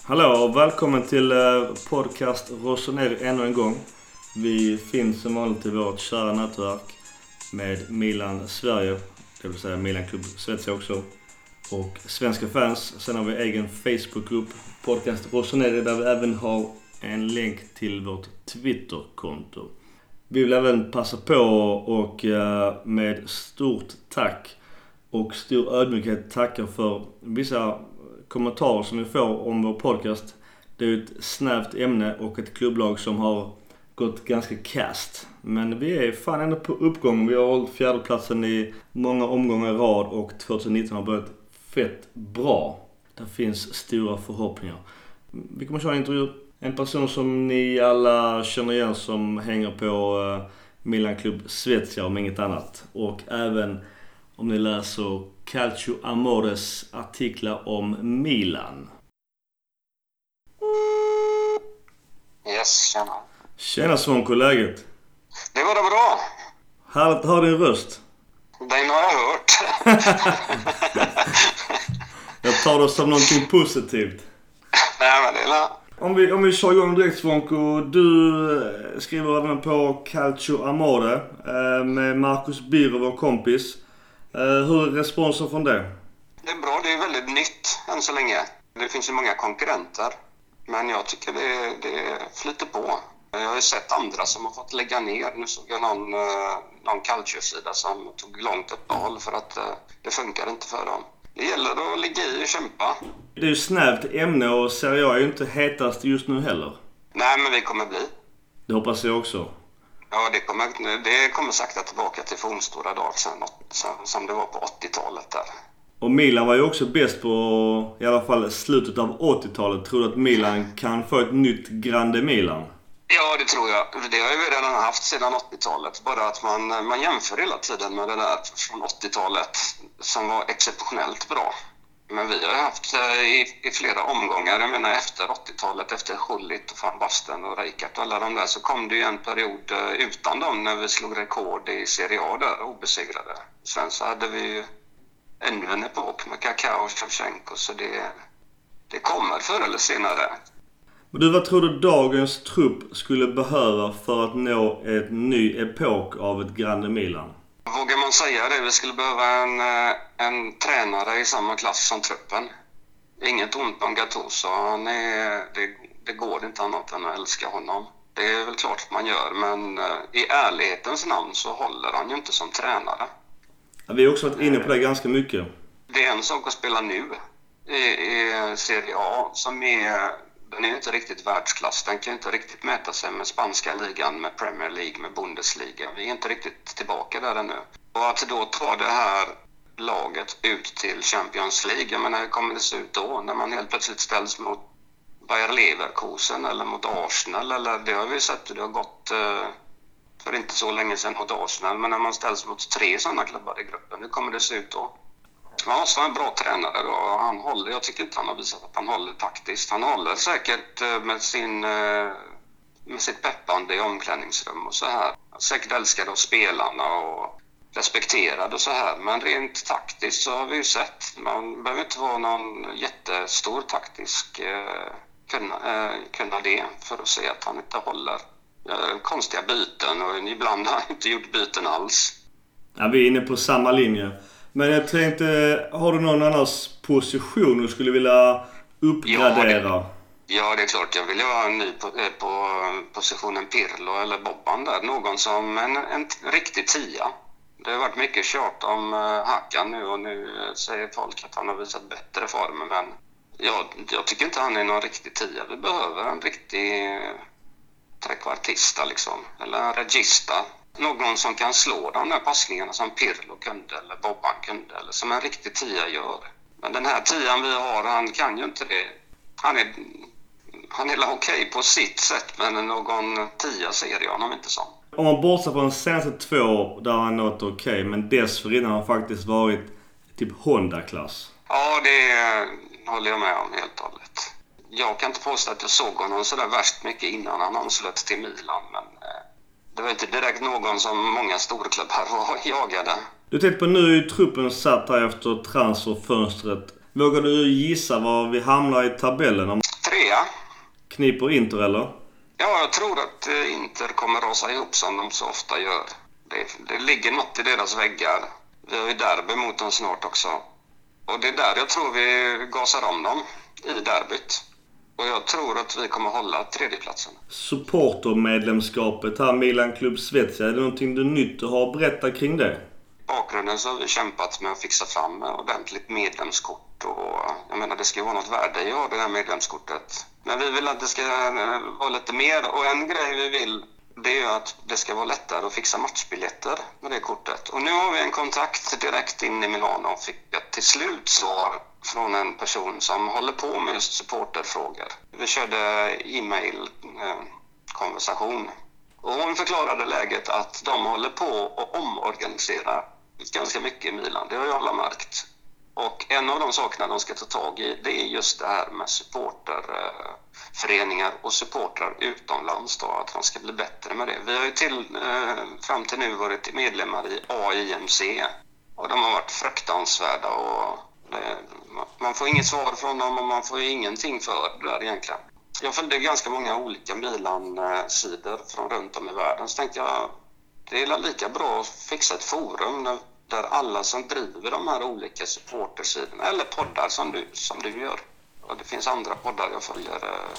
Hallå och välkommen till podcast Rossoneri ännu en gång. Vi finns som vanligt i vårt kära nätverk med Milan Sverige, det vill säga Milan Klubb Svezia också, och svenska fans. Sen har vi egen Facebookgrupp, podcast Rossoneri, där vi även har en länk till vårt Twitterkonto. Vi vill även passa på och med stort tack och stor ödmjukhet tacka för vissa kommentarer som vi får om vår podcast. Det är ett snävt ämne och ett klubblag som har gått ganska kast. Men vi är fan ändå på uppgång. Vi har hållit fjärdeplatsen i många omgångar i rad och 2019 har börjat fett bra. Det finns stora förhoppningar. Vi kommer att köra en intervju. En person som ni alla känner igen som hänger på Milan Klubb Svezia om inget annat. Och även om ni läser Calcio Amores artiklar om Milan. Yes, tjena. Tjena Svonko, läget? Det var det bra. Härligt att höra din röst. Den har jag hört. Jag tar det som någonting positivt. Nej, men det är Om vi kör igång direkt Svonko. Du skriver även på Calcio Amore med Marcus Birro, vår kompis. Hur är responsen från det? Det är bra, det är väldigt nytt än så länge. Det finns ju många konkurrenter. Men jag tycker det flyter på. Jag har ju sett andra som har fått lägga ner. Nu såg jag någon Calcio-sida som tog långt uppehåll för att det funkar inte för dem. Det gäller att ligga i och kämpa. Det är ju snävt ämne och Serie A är ju inte hetast just nu heller. Nej, men vi kommer bli. Det hoppas jag också. Ja, det kommer sakta tillbaka till fornstora dagar sen, som det var på 80-talet där. Och Milan var ju också bäst på i alla fall slutet av 80-talet. Tror du att Milan kan få ett nytt Grande Milan? Ja, det tror jag. Det har vi redan haft sedan 80-talet. Bara att man jämför hela tiden med det där från 80-talet som var exceptionellt bra. Men vi har haft i flera omgångar, jag menar efter 80-talet, efter Schullit och Van Basten och Rijkaard och alla de där, så kom det ju en period utan dem när vi slog rekord i Serie A där, obesegrade. Sen så hade vi ju ännu en epok med Kaká och Shevchenko, så det kommer förr eller senare. Men du, vad tror du dagens trupp skulle behöva för att nå ett ny epok av ett Grande Milan? Vågar man säga det? Vi skulle behöva en tränare i samma klass som truppen. Inget ont om Gattuso. Det går inte annat än att älska honom. Det är väl klart att man gör, men i ärlighetens namn så håller han ju inte som tränare. Ja, vi har också varit inne på det ganska mycket. Det är en sak att spela nu i Serie A som den är inte riktigt världsklass. Den kan inte riktigt mäta sig med spanska ligan, med Premier League, med Bundesliga. Vi är inte riktigt tillbaka där ännu. Och att då ta det här laget ut till Champions League, jag menar, hur kommer det se ut då? När man helt plötsligt ställs mot Bayer Leverkusen eller mot Arsenal. Eller det har vi sett hur det har gått för inte så länge sedan mot Arsenal. Men när man ställs mot 3 sådana klubbar i gruppen, hur kommer det se ut då? Man måste ha en bra tränare då. Jag tycker inte han har visat att han håller taktiskt. Han håller säkert med sitt peppande i omklädningsrum och så här. Säkert älskad av spelarna och respekterad och så här. Men rent taktiskt så har vi ju sett. Man behöver inte vara någon jättestor taktisk kunna det för att se att han inte håller. Konstiga byten och ibland har han inte gjort byten alls. Ja, vi är inne på samma linje. Men jag tänkte, har du någon annans position du skulle vilja uppgradera? Ja, det är klart. Jag vill ju ha en ny på positionen Pirlo eller Bobban där. Någon som en riktig 10. Det har varit mycket tjat om Hakan nu och nu säger folk att han har visat bättre form. Men jag tycker inte han är någon riktig 10. Vi behöver en riktig trekvartista liksom. Eller en regista. Någon som kan slå de där passningarna som Pirlo kunde eller Bobban kunde, eller som en riktig 10 gör. Men den här 10 vi har, han kan ju inte det. Han är okej på sitt sätt, men någon 10 ser jag honom inte som. Om man bortser på de senaste 2 där han nått okej, men dessförinnan har han faktiskt varit typ Honda-klass. Ja, det håller jag med om helt och hållet. Jag kan inte påstå att jag såg honom så där värst mycket innan han anslöt till Milan, men det var inte direkt någon som många storklubbar jagade. Du tänkte på nu i truppen satt här efter transferfönstret. Vågar du gissa var vi hamnar i tabellen? 3. Ja. Kniper Inter eller? Ja, jag tror att Inter kommer rasa ihop som de så ofta gör. Det ligger något i deras väggar. Vi har ju derby mot dem snart också. Och det är där jag tror vi gasar om dem i derbyt. Och jag tror att vi kommer hålla tredjeplatsen. Supportermedlemskapet här, Milan Club Svezia, är det någonting du nytt har berättat kring det? Bakgrunden så har vi kämpat med att fixa fram ordentligt medlemskort. Och jag menar, det ska ju vara något värde i det här medlemskortet. Men vi vill att det ska vara lite mer. Och en grej vi vill, det är ju att det ska vara lättare att fixa matchbiljetter med det kortet. Och nu har vi en kontakt direkt in i Milano och fick ett till slut svar från en person som håller på med just supporterfrågor. Vi körde e-mail-konversation. Och hon förklarade läget att de håller på att omorganisera ganska mycket i Milan. Det har jag alla märkt. Och en av de sakerna de ska ta tag i, det är just det här med supporterföreningar och supportrar utomlands då, att de ska bli bättre med det. Vi har ju fram till nu varit medlemmar i AIMC och de har varit fruktansvärda och man får inget svar från dem och man får ju ingenting för det där egentligen. Jag följde ganska många olika Milan-sidor från runt om i världen, så tänkte jag det är lika bra att fixa ett forum där alla som driver de här olika supportersidorna, eller poddar som du gör. Och det finns andra poddar jag följer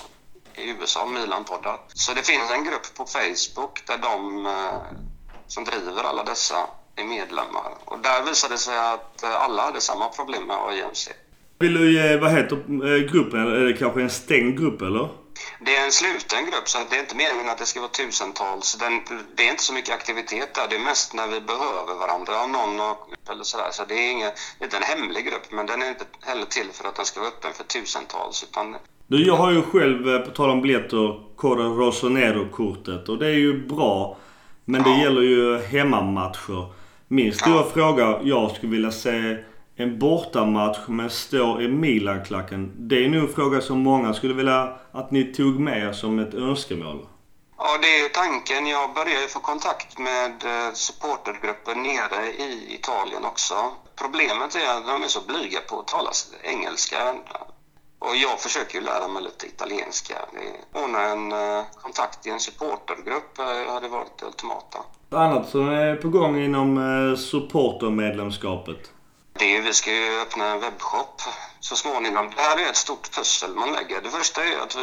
i USA, Milan-poddar. Så det finns en grupp på Facebook där de som driver alla dessa är medlemmar. Och där visade det sig att alla hade samma problem med AIMC. Vill du ge, vad heter gruppen? Är det kanske en stängd grupp eller? Det är en sluten grupp, så det är inte meningen att det ska vara tusentals. Det är inte så mycket aktivitet där. Det är mest när vi behöver varandra av någon eller sådär. Så det är inte en hemlig grupp, men den är inte heller till för att den ska vara öppen för tusentals. Utan... Du, jag har ju själv, på tal om biljetter, Cora Rossonero-kortet. Och det är ju bra, men det gäller ju hemmamatcher. Min stora fråga, jag skulle vilja se en bortamatch men står i Milan-klacken. Det är nog en fråga som många skulle vilja att ni tog med som ett önskemål. Ja, det är tanken. Jag börjar få kontakt med supportergrupper nere i Italien också. Problemet är att de är så blyga på att tala engelska. Och jag försöker ju lära mig lite italienska. Ordna en kontakt i en supportergrupp hade varit det ultimata. Annat som är på gång inom supportermedlemskapet? Vi ska ju öppna en webbshop så småningom. Det här är ett stort pussel man lägger. Det första är att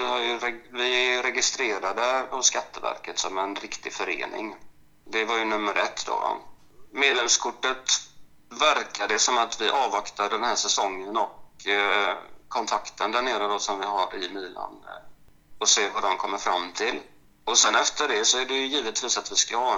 vi är registrerade hos Skatteverket som en riktig förening. Det var ju nummer 1 då. Medlemskortet verkade som att vi avvaktar den här säsongen och kontakten där nere då som vi har i Milan och se vad de kommer fram till. Och sen efter det så är det ju givetvis att vi ska ha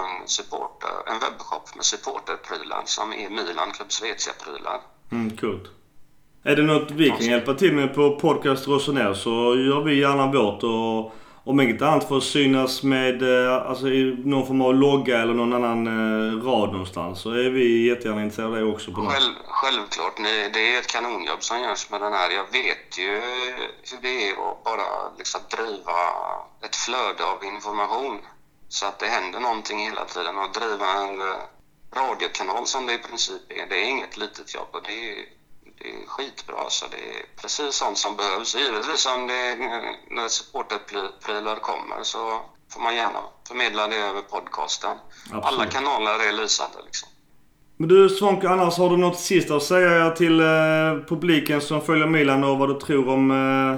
en webbshop med supporterprylar som är Milan Club Svezia-prylar. Coolt. Är det något vi kan hjälpa till med på Podcast Rossonero så gör vi gärna vårt, och om inget annat får synas med alltså i någon form av logga eller någon annan rad någonstans, så är vi jättegärna intresserade av det också. På Självklart, det är ett kanonjobb som görs med den här. Jag vet ju hur det är att bara liksom driva ett flöde av information så att det händer någonting hela tiden, och driva en radiokanal som det i princip är. Det är inget litet jobb och det är skitbra, så det är precis sånt som behövs. Givetvis när supporterprylar kommer så får man gärna förmedla det över podcasten. Absolut. Alla kanaler är lysande liksom. Men du Svånke, annars har du något sista att säga till publiken som följer Milan och vad du tror om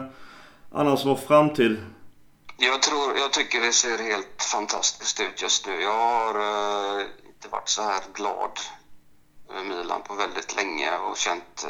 annars vår framtid? Jag tycker det ser helt fantastiskt ut just nu. Jag har inte varit så här glad med Milan på väldigt länge och känt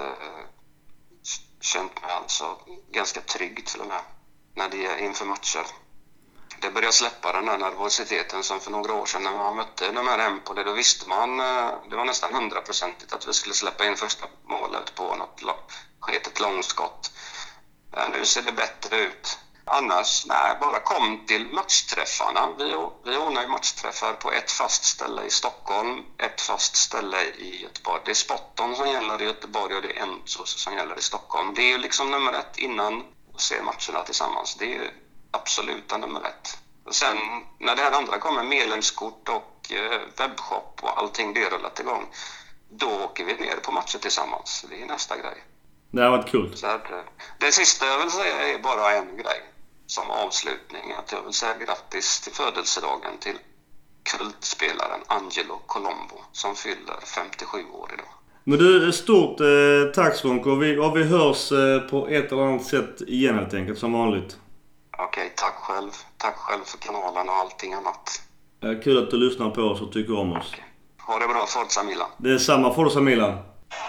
mig alltså ganska trygg till och med när det är inför matcher. Det börjar släppa den här nervositeten som för några år sedan när man mötte de här Empoli. Då visste man, det var nästan 100% att vi skulle släppa in första målet på något sketet långskott. Nu ser det bättre ut. Annars, bara kom till matchträffarna. Vi ordnar ju matchträffar på ett fast ställe i Stockholm, ett fast ställe i Göteborg. Det är Spotton som gäller i Göteborg och det är Ensos som gäller i Stockholm. Det är ju liksom nummer 1 innan och se matcherna tillsammans. Det är ju absoluta nummer 1. Och sen när det här andra kommer, medlemskort och webbshop och allting det rullat igång, då åker vi ner på matcher tillsammans. Det är nästa grej. Det har varit kul. Så det sista jag vill säga är bara en grej. som avslutning att jag vill säga grattis till födelsedagen till kultspelaren Angelo Colombo som fyller 57 år idag. Men du, stort tack Svonko. Vi hörs på ett eller annat sätt igen helt enkelt, som vanligt. Okej, tack själv. Tack själv för kanalen och allting annat. Kul att du lyssnar på oss och tycker om oss. Okay. Ha det bra, Forza Milan. Det är samma, Forza Milan.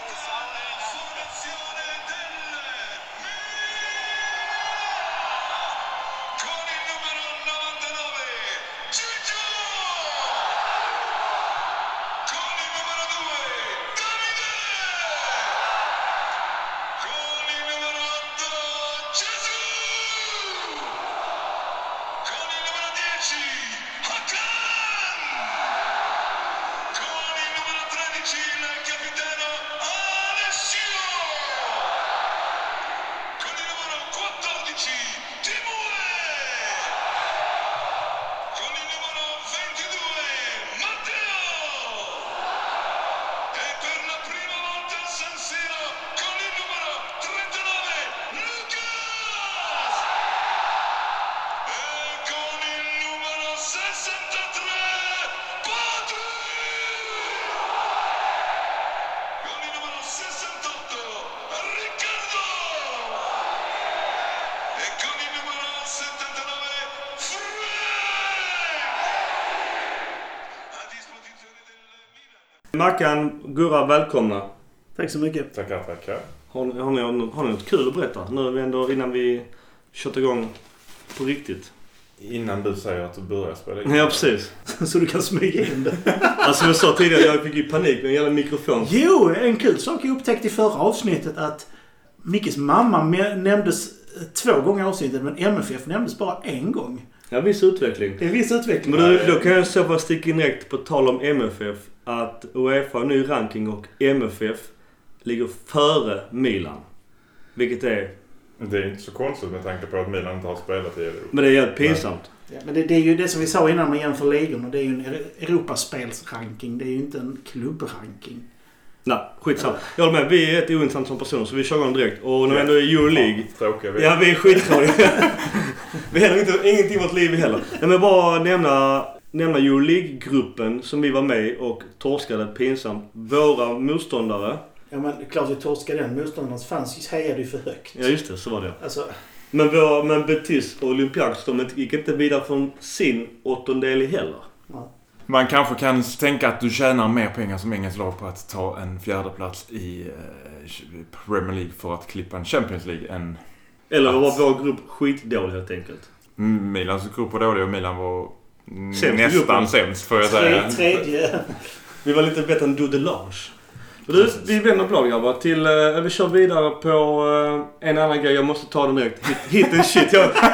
Mackan, Gurra, välkomna. Tack så mycket. Tackar. Har ni något kul att berätta? Nu är vi ändå innan vi kört igång på riktigt. Innan du säger att du börjar spela in. Ja, precis. Så du kan smyga in det. Alltså jag sa tidigare, jag fick ju panik med en jävla mikrofon. Jo, en kul sak jag upptäckte i förra avsnittet att Mickes mamma nämndes 2 gånger i avsnittet, men MFF nämndes bara 1 gång. Ja, viss utveckling. Det är viss utveckling. Men då kan jag så bara sticka in direkt på tal om MFF att UEFA har ny ranking och MFF ligger före Milan. Vilket är... Det är inte så konstigt med tanke på att Milan inte har spelat i Europa. Men det är helt pinsamt. Ja, men det är ju det som vi sa innan man jämför ligorna. Det är ju en Europaspelsranking. Det är ju inte en klubbranking. Nej, skitsamma. Jag håller med, vi är ett ointressant som person så vi kör igång direkt. Och när vi ändå är Euroleague... Tråkiga vi. Ja, vi är skittråkiga. Vi har ingenting i vårt liv heller. Nej, men bara nämna Euroleague-gruppen som vi var med och torskade pinsamt. Våra motståndare... Ja, men klart vi torskade den. Motståndarnas fans hejade ju för högt. Ja, just det. Så var det. Alltså... Men Betis och Olympiakos, de gick inte vidare från sin 8:e heller. Ja. Man kanske kan tänka att du tjänar mer pengar som engelsk lag på att ta en 4:e plats i Premier League för att klippa en Champions League än... Eller var vår grupp skitdålig helt enkelt? Milans grupp var dålig och Milan var sämst nästan sämst får jag säga. Tredje. Vi var lite bättre än Dudelange. Vi vänder blad grabbar till... vi kör vidare på en annan grej. Jag måste ta den direkt. Hit and shit.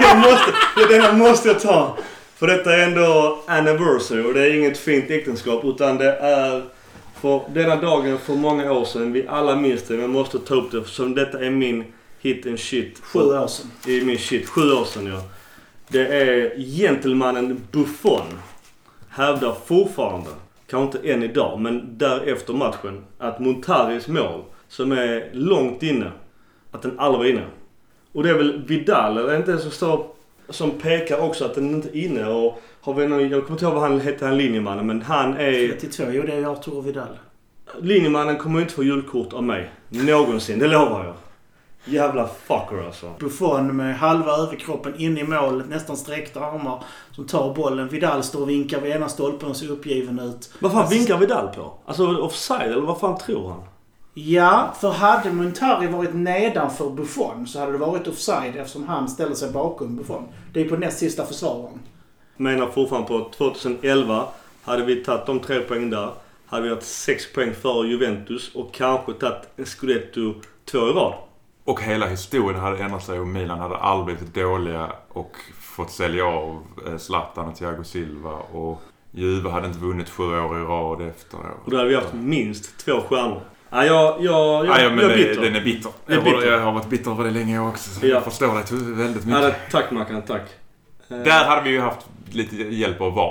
Den måste jag ta. För detta är ändå anniversary och det är inget fint äktenskap utan det är för denna dagen för många år sedan. Vi alla minns det, men jag måste ta upp det som detta är min hit and shit. 7 år sedan. Det är min shit. 7 år sedan, ja. Det är gentlemannen Buffon. Hävdar fortfarande, kanske inte än idag, men därefter matchen, att Montaris mål, som är långt inne, att den aldrig var inne. Och det är väl Vidal, eller inte så står som pekar också att den inte är inne. Och har vi någon, jag kommer inte ihåg vad han hette, han linjemannen, men han är... 32, jo det är Arturo Vidal. Linjemannen kommer inte få julkort av mig. Någonsin, det lovar jag. Jävla fucker alltså. Buffon med halva överkroppen in i målet, nästan sträckta armar, som tar bollen. Vidal står och vinkar vid ena stolpen och ser uppgiven ut. Vad fan vinkar Vidal på? Alltså offside, eller vad fan tror han? Ja, för hade Montari varit nedanför Buffon så hade det varit offside eftersom han ställer sig bakom Buffon. Det är på näst sista försvararen. Menar fortfarande på 2011 hade vi tagit de 3 poäng där. Hade vi haft 6 poäng för Juventus och kanske tagit en Scudetto 2 i rad. Och hela historien hade ändrat sig och Milan hade aldrig blivit dåliga och fått sälja av Zlatan och Thiago Silva och Juve hade inte vunnit 7 år i rad efter år. Och då hade vi haft minst 2 stjärnor. Ja, jag är bitter. Den är bitter. Jag har varit bitter över det länge också. Så jag förstår det väldigt mycket. Ja, tack Mackan, tack. Där hade vi ju haft lite hjälp av VAR.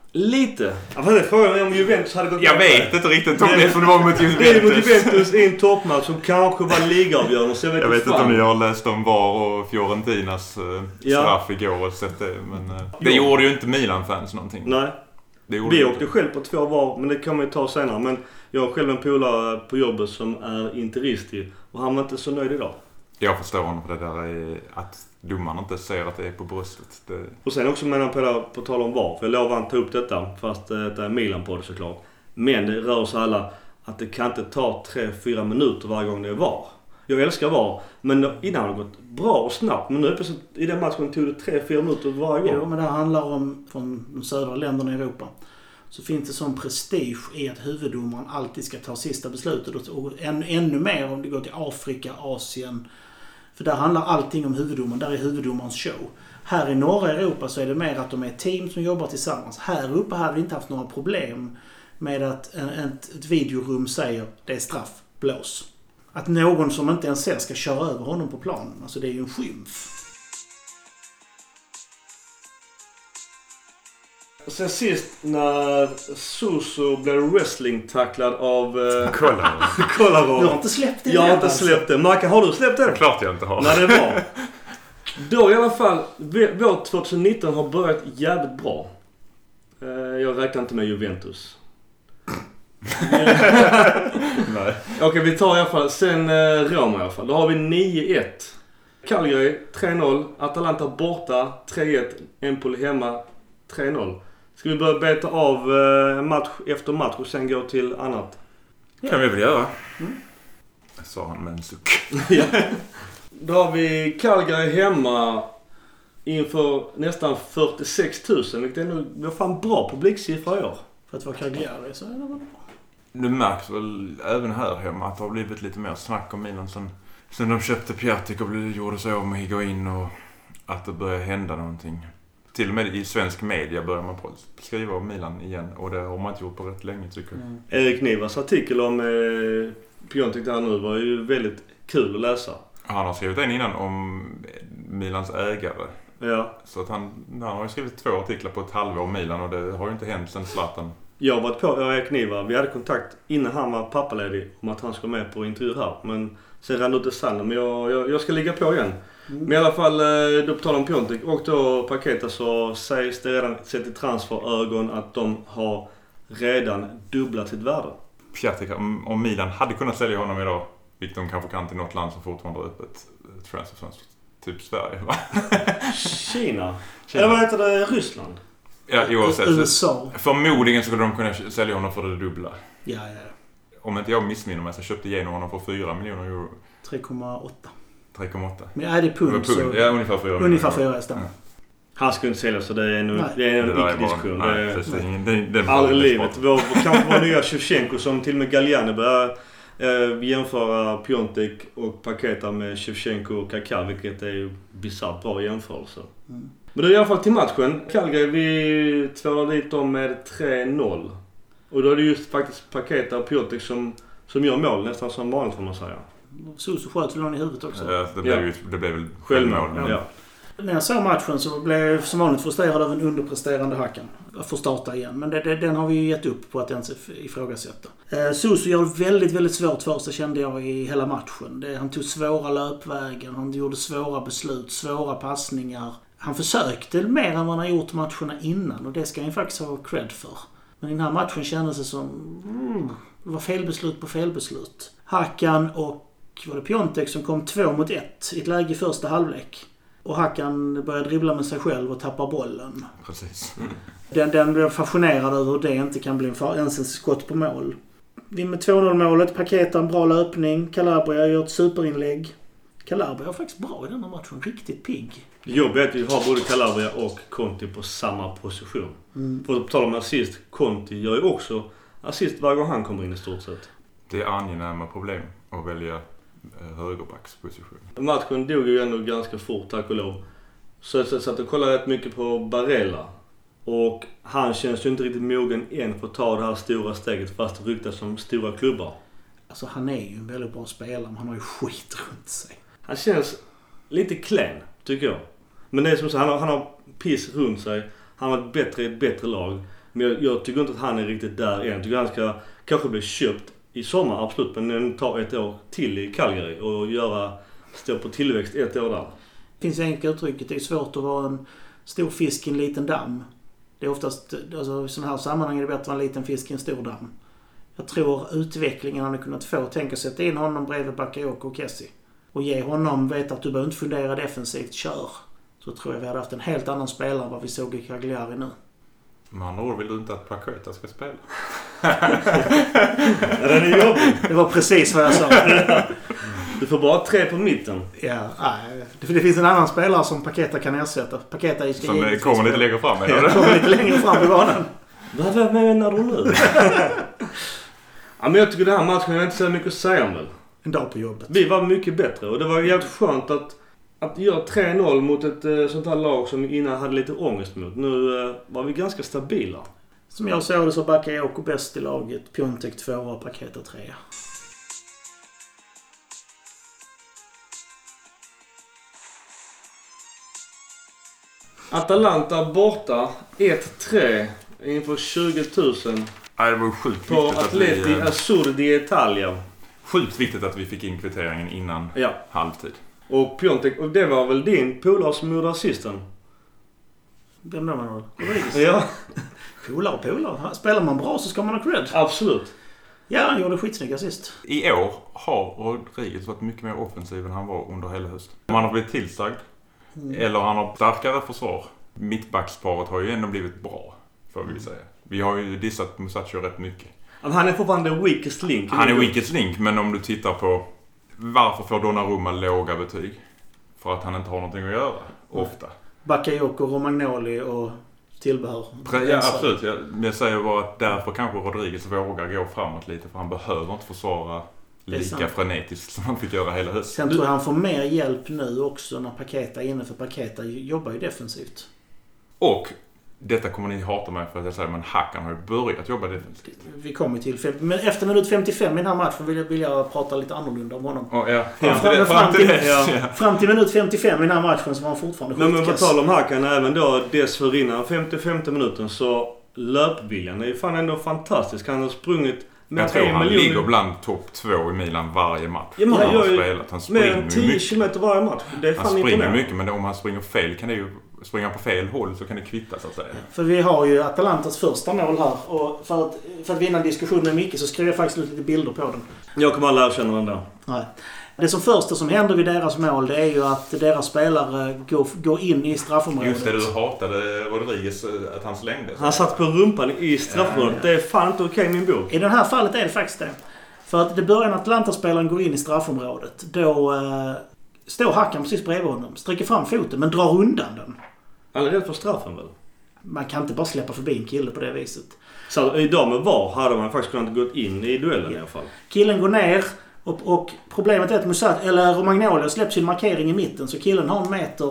Lite. Jag frågar om Juventus hade gått. Jag vet inte riktigt om det, för det var mot Juventus. Det är mot Juventus i en toppmatch som kanske var ligaavgörande. Så jag vet inte om ni har läst om VAR och Fiorentinas straff igår och sett det. Men det gjorde ju inte Milan-fans någonting. Nej. Vi åkte själv på 2 VAR, men det kan man ju ta senare. Men jag har själv en polare på jobbet som är interisti och han var inte så nöjd idag. Jag förstår honom för det där är att domaren inte ser att det är på bröstet. Och sen också menar på tal om VAR, för jag lovar att ta upp detta, fast det är Milan på det såklart. Men det rör sig alla att det kan inte ta 3-4 minuter varje gång det är VAR. Jag älskar VAR, men innan har det gått bra och snabbt. Men nu plötsligt i den matchen tog det 3-4 minuter varje gång. Jo, men det här handlar om från de södra länderna i Europa. Så finns det sån prestige i att huvuddomaren alltid ska ta sista beslutet. Och ännu mer om det går till Afrika, Asien. För där handlar allting om huvuddomaren. Där är huvuddomarens show. Här i norra Europa så är det mer att de är ett team som jobbar tillsammans. Här uppe hade vi inte haft några problem med att ett videorum säger det är straff, blås. Att någon som inte ens ser ska köra över honom på planen. Alltså det är ju en skymf. Sen sist när Suso blev wrestling-tacklad av Kolarov. Du har inte släppt det? Jag har inte släppt det. Marka, har du släppt det? Klart jag inte har. Nej, det är bra. Då i alla fall, vår 2019 har börjat jävligt bra. Jag räknar inte med Juventus. Nej. Okej, vi tar i alla fall. Sen Roma i alla fall. Då har vi 9-1. Cagliari 3-0. Atalanta borta 3-1. Empoli hemma 3-0. Ska vi börja beta av match efter match och sen gå till annat? Kan vi väl göra. Sa han med en suck. Ja. Då har vi Cagliari hemma inför nästan 46 000. Vilket är nog fan bra publiksiffra i år. För att vara Cagliari så är det väl bra. Det märks väl även här hemma att det har blivit lite mer snack om Milan sen de köpte Piatek och gjorde sig av med Higuain och att det börjar hända någonting. Till och med i svensk media börjar man skriva om Milan igen och det har man inte gjort på rätt länge tycker jag. Erik Nivas artikel om Piatek där nu var ju väldigt kul att läsa. Han har skrivit en innan om Milans ägare. Ja. Så att han har ju skrivit 2 artiklar på ett halvår om Milan och det har ju inte hänt sedan Zlatan. Jag har varit på Erik Niva. Vi hade kontakt innan han var pappaledig om att han ska med på intervju här. Men sen rann ut i sanden. Men jag ska ligga på igen. Men i alla fall, då på tal om Piontek och då Paketa så sägs det redan sett i transferögon att de har redan dubblat sitt värde. Piatek, om Milan hade kunnat sälja honom idag, vilket de kanske kan till något land som fortfarande har öppet transferfönster. Typ Sverige, va? Kina. Eller vad heter det? Ryssland? Ja, oavsett. USA. Förmodligen skulle de kunna sälja honom för det dubbla. Ja. Om inte jag missminner mig så köpte igenom honom för 4 miljoner euro. 3,8. 3,8. Men är det pund så... Ja, ungefär 4. Ungefär 4 stämmer. Ja. Han skulle inte sälja så det är en icke-diskussion. Det är aldrig i livet. Kanske var nya Shevchenko som till och med Galliani börjar jämföra Piontek och Paketa med Shevchenko och Kaká, vilket är ju bisarrt bra jämförelse. Men då är i alla fall till matchen. Cagliari, vi tvålade dit dem med 3-0. Och då är det just faktiskt Paketa och Piontek som gör mål nästan som vanligt får man säga. Suso sköt väl någon i huvudet också. Ja, det blev väl självmål. Ja. När jag såg matchen så blev jag som vanligt frustrerad av en underpresterande Hakan. Jag får starta igen. Men den har vi ju gett upp på att ens ifrågasätta. Suso gör det väldigt, väldigt svårt för sig kände jag i hela matchen. Han tog svåra löpvägen. Han gjorde svåra beslut, svåra passningar. Han försökte mer än vad han har gjort matcherna innan. Och det ska han faktiskt ha cred för. Men i den här matchen kändes det som... det var felbeslut på felbeslut. Hakan och var det Piontek som kom 2-1 i ett läge i första halvlek. Och Hakan började dribbla med sig själv och tappar bollen. Precis. Den blev fascinerad över hur det inte kan bli ens en skott på mål. Vi med 2-0-målet, Paketa en bra löpning. Calabria gör ett superinlägg. Calabria var faktiskt bra i den här matchen. Riktigt pigg. Jobbigt att vi har både Calabria och Conti på samma position. För att tala om assist, Conti gör ju också assist varje gång han kommer in i stort sett. Det är angenäma problem att välja högerbacksposition. Matchen dog ju ändå ganska fort, tack och lov. Så jag satt och kollade rätt mycket på Barella. Och han känns ju inte riktigt mogen än för att ta det här stora steget fast det ryktas som stora klubbar. Alltså han är ju en väldigt bra spelare, men han har ju skit runt sig. Han känns lite klen, tycker jag. Men det är som så, han har piss runt sig. Han har varit bättre i ett bättre lag. Men jag tycker inte att han är riktigt där än. Jag tycker han ska kanske bli köpt i sommar, absolut. Men ta ett år till i Calgary och stå på tillväxt ett år där. Det finns enkelt uttrycket. Det är svårt att vara en stor fisk i en liten damm. Det är oftast, alltså, i sådana här sammanhang är det bättre att vara en liten fisk i en stor damm. Jag tror utvecklingen han har kunnat få. Tänk att sätta in honom bredvid Bakayoko och Kessie. Och ge honom, veta att du behöver inte fundera defensivt, kör. Så tror jag vi hade haft en helt annan spelare än vad vi såg i Cagliari nu. Med andra ord vill du inte att Paqueta ska spela? Den är jobbig. Det var precis vad jag sa. Du får bara 3 på mitten. Ja, nej. Det finns en annan spelare som Paqueta kan ersätta. Paqueta ska som kommer lite längre fram. Ja, kommer lite längre fram i banan. Vad menar du nu? Ja, men jag tycker den här matchen är inte så mycket att säga om väl. En dag på jobbet. Vi var mycket bättre och det var jävligt skönt att göra 3-0 mot ett sånt här lag som innan hade lite ångest mot. Nu var vi ganska stabila. Som jag såg det så Bakayoko bäst i laget. Piontek 2 och Paqueta 3. Atalanta borta 1-3 inför 20 000 Nej, det var sjukt på viktigt Atleti att Azzurri di Italia. Sjukt viktigt att vi fick in kvitteringen innan halvtid. Och Piontek, och det var väl din polare som gjorde assisten? Vem då man Ja. Polare. Spelar man bra så ska man ha cred. Absolut. Ja, han gjorde skitsnygg assist. I år har Rodriguez varit mycket mer offensiv än han var under hela hösten. Man har blivit tillsagd. Eller han har starkare försvar. Mittbacksparet har ju ändå blivit bra, får vi säga. Vi har ju dissat Musacho rätt mycket. Han är fortfarande weakest link. Han är weakest link, men om du tittar på varför får Donnarumma låga betyg? För att han inte har någonting att göra, ofta. Bakayoko, Romagnoli och tillbehör. Ja, absolut. Jag säger bara att därför kanske Rodriguez vågar gå framåt lite, för han behöver inte försvara lika frenetiskt som han fick göra hela hösten. Sen tror jag han får mer hjälp nu också när Paqueta är inne, för Paqueta jobbar ju defensivt. Och detta kommer ni hata mig för att jag säger, men Hakan har ju börjat jobba defensivt. Vi kommer till men efter minut 55 i den här matchen vill jag prata lite annorlunda om honom. Fram till minut 55 i den här matchen så var han fortfarande men på tal om Hakan, även då dessförinnan 55 minuten så löpviljan är ju fan ändå fantastisk. Han har sprungit med jag tror han ligger bland topp 2 i Milan varje match. Ja, men han springer mer än 10 kilometer varje match. Det är fan han springer mycket, men om han springer fel kan det ju springa på fel håll, så kan det kvitta, så att säga. För vi har ju Atalantas första mål här, och för att vinna en diskussion med Micke så skrev jag faktiskt lite bilder på den. Jag kommer aldrig erkänna den där. Nej. Det första som händer vid deras mål, det är ju att deras spelare går in i straffområdet. Just det, du hatade Rodriguez att han slängde. Han satt på rumpan i straffområdet. Ja. Det är fan inte okej i min bok. I det här fallet är det faktiskt det. För att det börjar när Atalanta-spelaren går in i straffområdet. Då står Hakan precis bredvid honom. Sträcker fram foten men drar undan den. Han är rädd för straffen väl? Man kan inte bara släppa förbi en kille på det viset. Så idag med VAR hade man faktiskt kunnat gå in i duellen i alla fall. Killen går ner och problemet är att Romagnoli släpper sin markering i mitten, så killen har en meter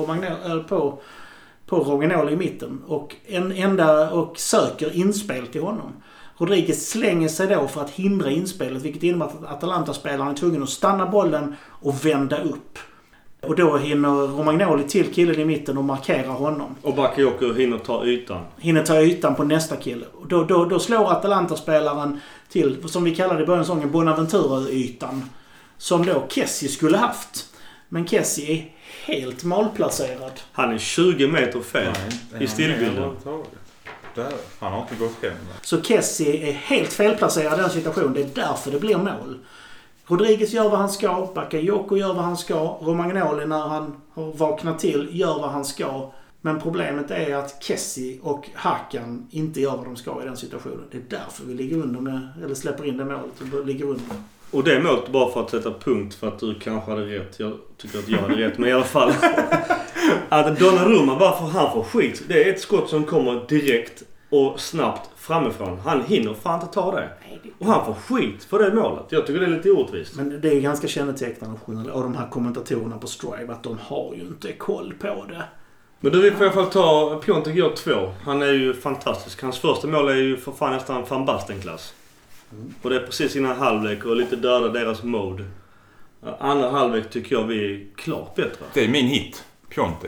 på Romagnoli i mitten och söker inspel till honom. Rodriguez slänger sig då för att hindra inspelet, vilket innebär att Atalanta-spelaren är tvungen att stanna bollen och vända upp. Och då hinner Romagnoli till killen i mitten och markera honom. Och Bakayoko hinner ta ytan. På nästa kille. Och då slår Atalanta-spelaren till, som vi kallade i början av säsongen, Bonaventura-ytan. Som då Kessie skulle haft. Men Kessie är helt malplacerad. Han är 20 meter fel i stillbilden. Han har inte gått hem. Så Kessie är helt felplacerad i den situationen. Det är därför det blir mål. Rodriguez gör vad han ska. Bakayoko gör vad han ska. Romagnoli, när han har vaknat till, gör vad han ska. Men problemet är att Kessie och Hakan inte gör vad de ska i den situationen. Det är därför vi ligger under eller släpper in det målet och ligger under. Och det är målet bara för att sätta punkt för att du kanske hade rätt. Jag tycker att jag hade rätt, men i alla fall. Att Donnarumma, varför han får skit. Det är ett skott som kommer direkt och snabbt framifrån. Han hinner fan inte ta det. Och han får skit för det målet. Jag tycker det är lite orättvist. Men det är ganska kännetecknande av de här kommentatorerna på Strive att de har ju inte koll på det. Men då vill jag i alla fall ta Piontek gör 2. Han är ju fantastisk. Hans första mål är ju för fan nästan Van Basten-klass. Och det är precis innan halvlek och lite döda deras mode. Andra halvlek tycker jag vi är klart bättre. Det är min hit. Piontek.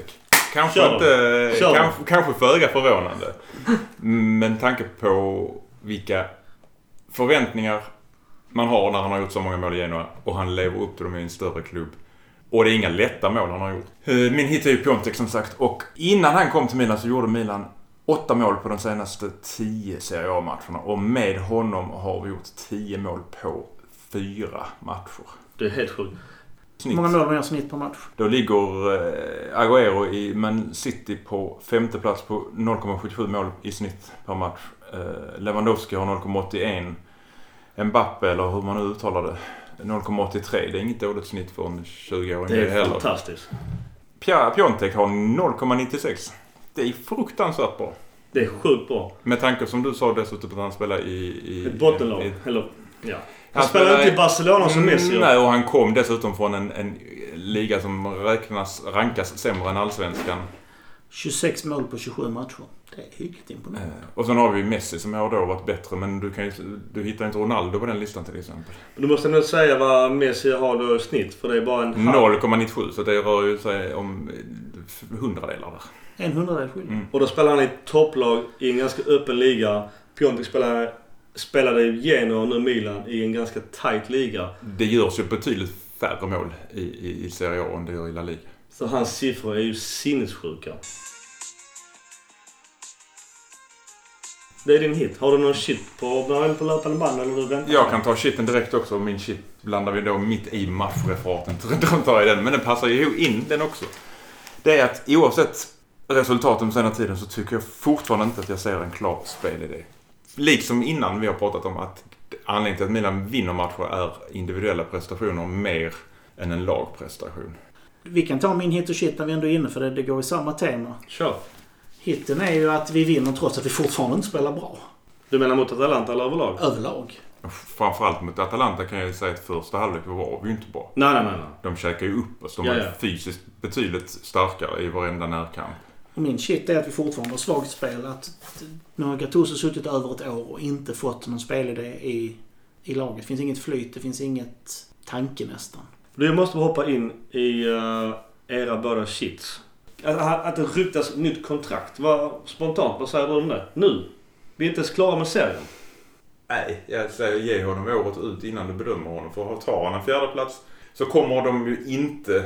Kanske föga förvånande. Men tanke på vilka förväntningar man har när han har gjort så många mål i Genoa och han lever upp till dem i en större klubb. Och det är inga lätta mål han har gjort. Min hit är ju Piontek som sagt. Och innan han kom till Milan så gjorde Milan 8 mål på de senaste 10 Serie A-matcherna. Och med honom har vi gjort 10 mål på 4 matcher. Det är helt sjukt. Hur många mål har jag snitt per match? Då ligger Agüero i Man City på 5:e plats på 0,77 mål i snitt per match. Lewandowski har 0,81. Mbappe, eller hur man nu uttalar det, 0,83. Det är inget dåligt snitt för en 20-åring. Det är fantastiskt. Piontek har 0,96. Det är fruktansvärt bra. Det är sjukt bra. Med tanke som du sa dessutom att han spelar i ett bottenlag. Han spelar inte i Barcelona som Messi. Nej, och han kom dessutom från en liga som rankas sämre än allsvenskan. 26 mål på 27 matcher. Det är hyggligt imponerande. Och sen har vi Messi som har då varit bättre, men du hittar inte Ronaldo på den listan till exempel. Du måste nog säga vad Messi har då i snitt, för det är bara en 0,97, så det rör ju sig om 100 delar där. En 100-del skillnad. Och då spelar han i topplag i en ganska öppen liga. Piontek spelade i Genoa och nu Milan i en ganska tight liga. Det görs ju betydligt färre mål i Serie A än det gör i La Liga. Så hans siffror är ju sinnessjuka. Det är din hit. Har du någon shit på löpande band eller du väntar? Jag kan ta shiten direkt också. Min shit blandar vi då mitt i matchreferaten. De tar i den, men den passar ju in den också. Det är att oavsett resultaten på senare tiden så tycker jag fortfarande inte att jag ser en klar spelidé. Liksom innan vi har pratat om att anledningen till att Milan vinner matcher är individuella prestationer mer än en lagprestation. Vi kan ta min hit och shit när vi ändå är inne, för det går i samma tema. Kör. Hitten är ju att vi vinner trots att vi fortfarande inte spelar bra. Du menar mot Atalanta eller överlag? Överlag. Framförallt mot Atalanta kan jag säga att första halvlek var vi inte bra. Nej. De käkar ju upp oss. De är fysiskt betydligt starkare i varenda närkamp. Och min shit är att vi fortfarande har svagt spel. Att nu har Gattuso suttit över ett år och inte fått någon spelidé i laget. Det finns inget flyt, det finns inget tanke nästan. Du måste hoppa in i era båda shits. Att det ryktas nytt kontrakt. Vad säger du om det? Nu? Vi är inte ens klara med serien. Nej, jag säger ge honom året ut innan du bedömer honom. För att ta han en 4:e plats så kommer de ju inte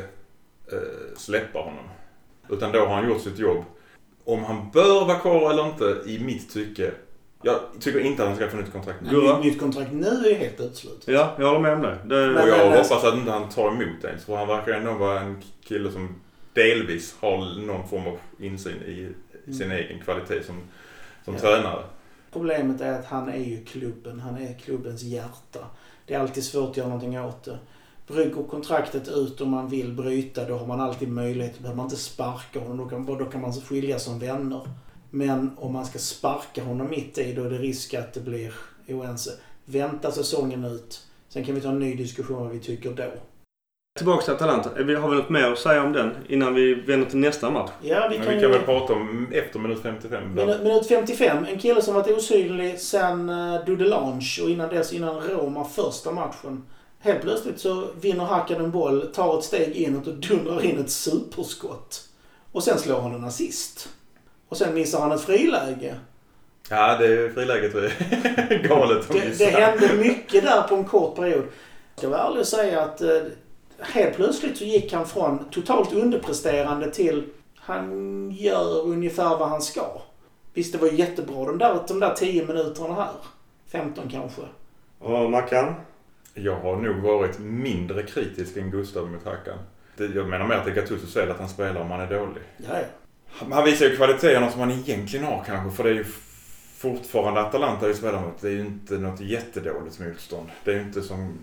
släppa honom. Utan då har han gjort sitt jobb. Om han bör vara kvar eller inte i mitt tycke. Jag tycker inte att han ska få nytt kontrakt nu. Nytt kontrakt nu är helt utslut. Ja, jag håller med om det. Och jag hoppas att inte han tar emot det. För han verkar ändå vara en kille som delvis har någon form av insyn i sin egen kvalitet som tränare. Problemet är att han är ju klubben. Han är klubbens hjärta. Det är alltid svårt att göra någonting åt det. Brygger kontraktet ut om man vill bryta, då har man alltid möjlighet. Då behöver man inte sparka honom. Då kan man skilja som vänner. Men om man ska sparka honom mitt i, då är det risk att det blir oense. Vänta säsongen ut. Sen kan vi ta en ny diskussion vad vi tycker då. Tillbaka till Atalanta. Har vi något mer att säga om den innan vi vänder till nästa match? Ja, vi kan väl prata om efter minut 55. Minut 55. En kille som varit osynlig sen Dudelange och innan Roma första matchen. Helt plötsligt så vinner Hakan en boll, tar ett steg inåt och dundrar in ett superskott. Och sen slår han en assist. Och sen missar han ett friläge. Ja, det är friläget tror jag. Galet. Det hände mycket där på en kort period. Jag vill ärligt säga att helt plötsligt så gick han från totalt underpresterande till han gör ungefär vad han ska. Visst, det var jättebra de där 10 minuterna här. 15 kanske. Och Mackan? Jag har nog varit mindre kritisk än Gustav mot Hakan. Jag menar mer att det är Gattusos fel att han spelar om han är dålig. Ja. Han visar ju kvaliteterna som han egentligen har kanske. För det är ju fortfarande Atalanta vi spelar mot. Det är ju inte något jättedåligt motstånd. Det är ju inte som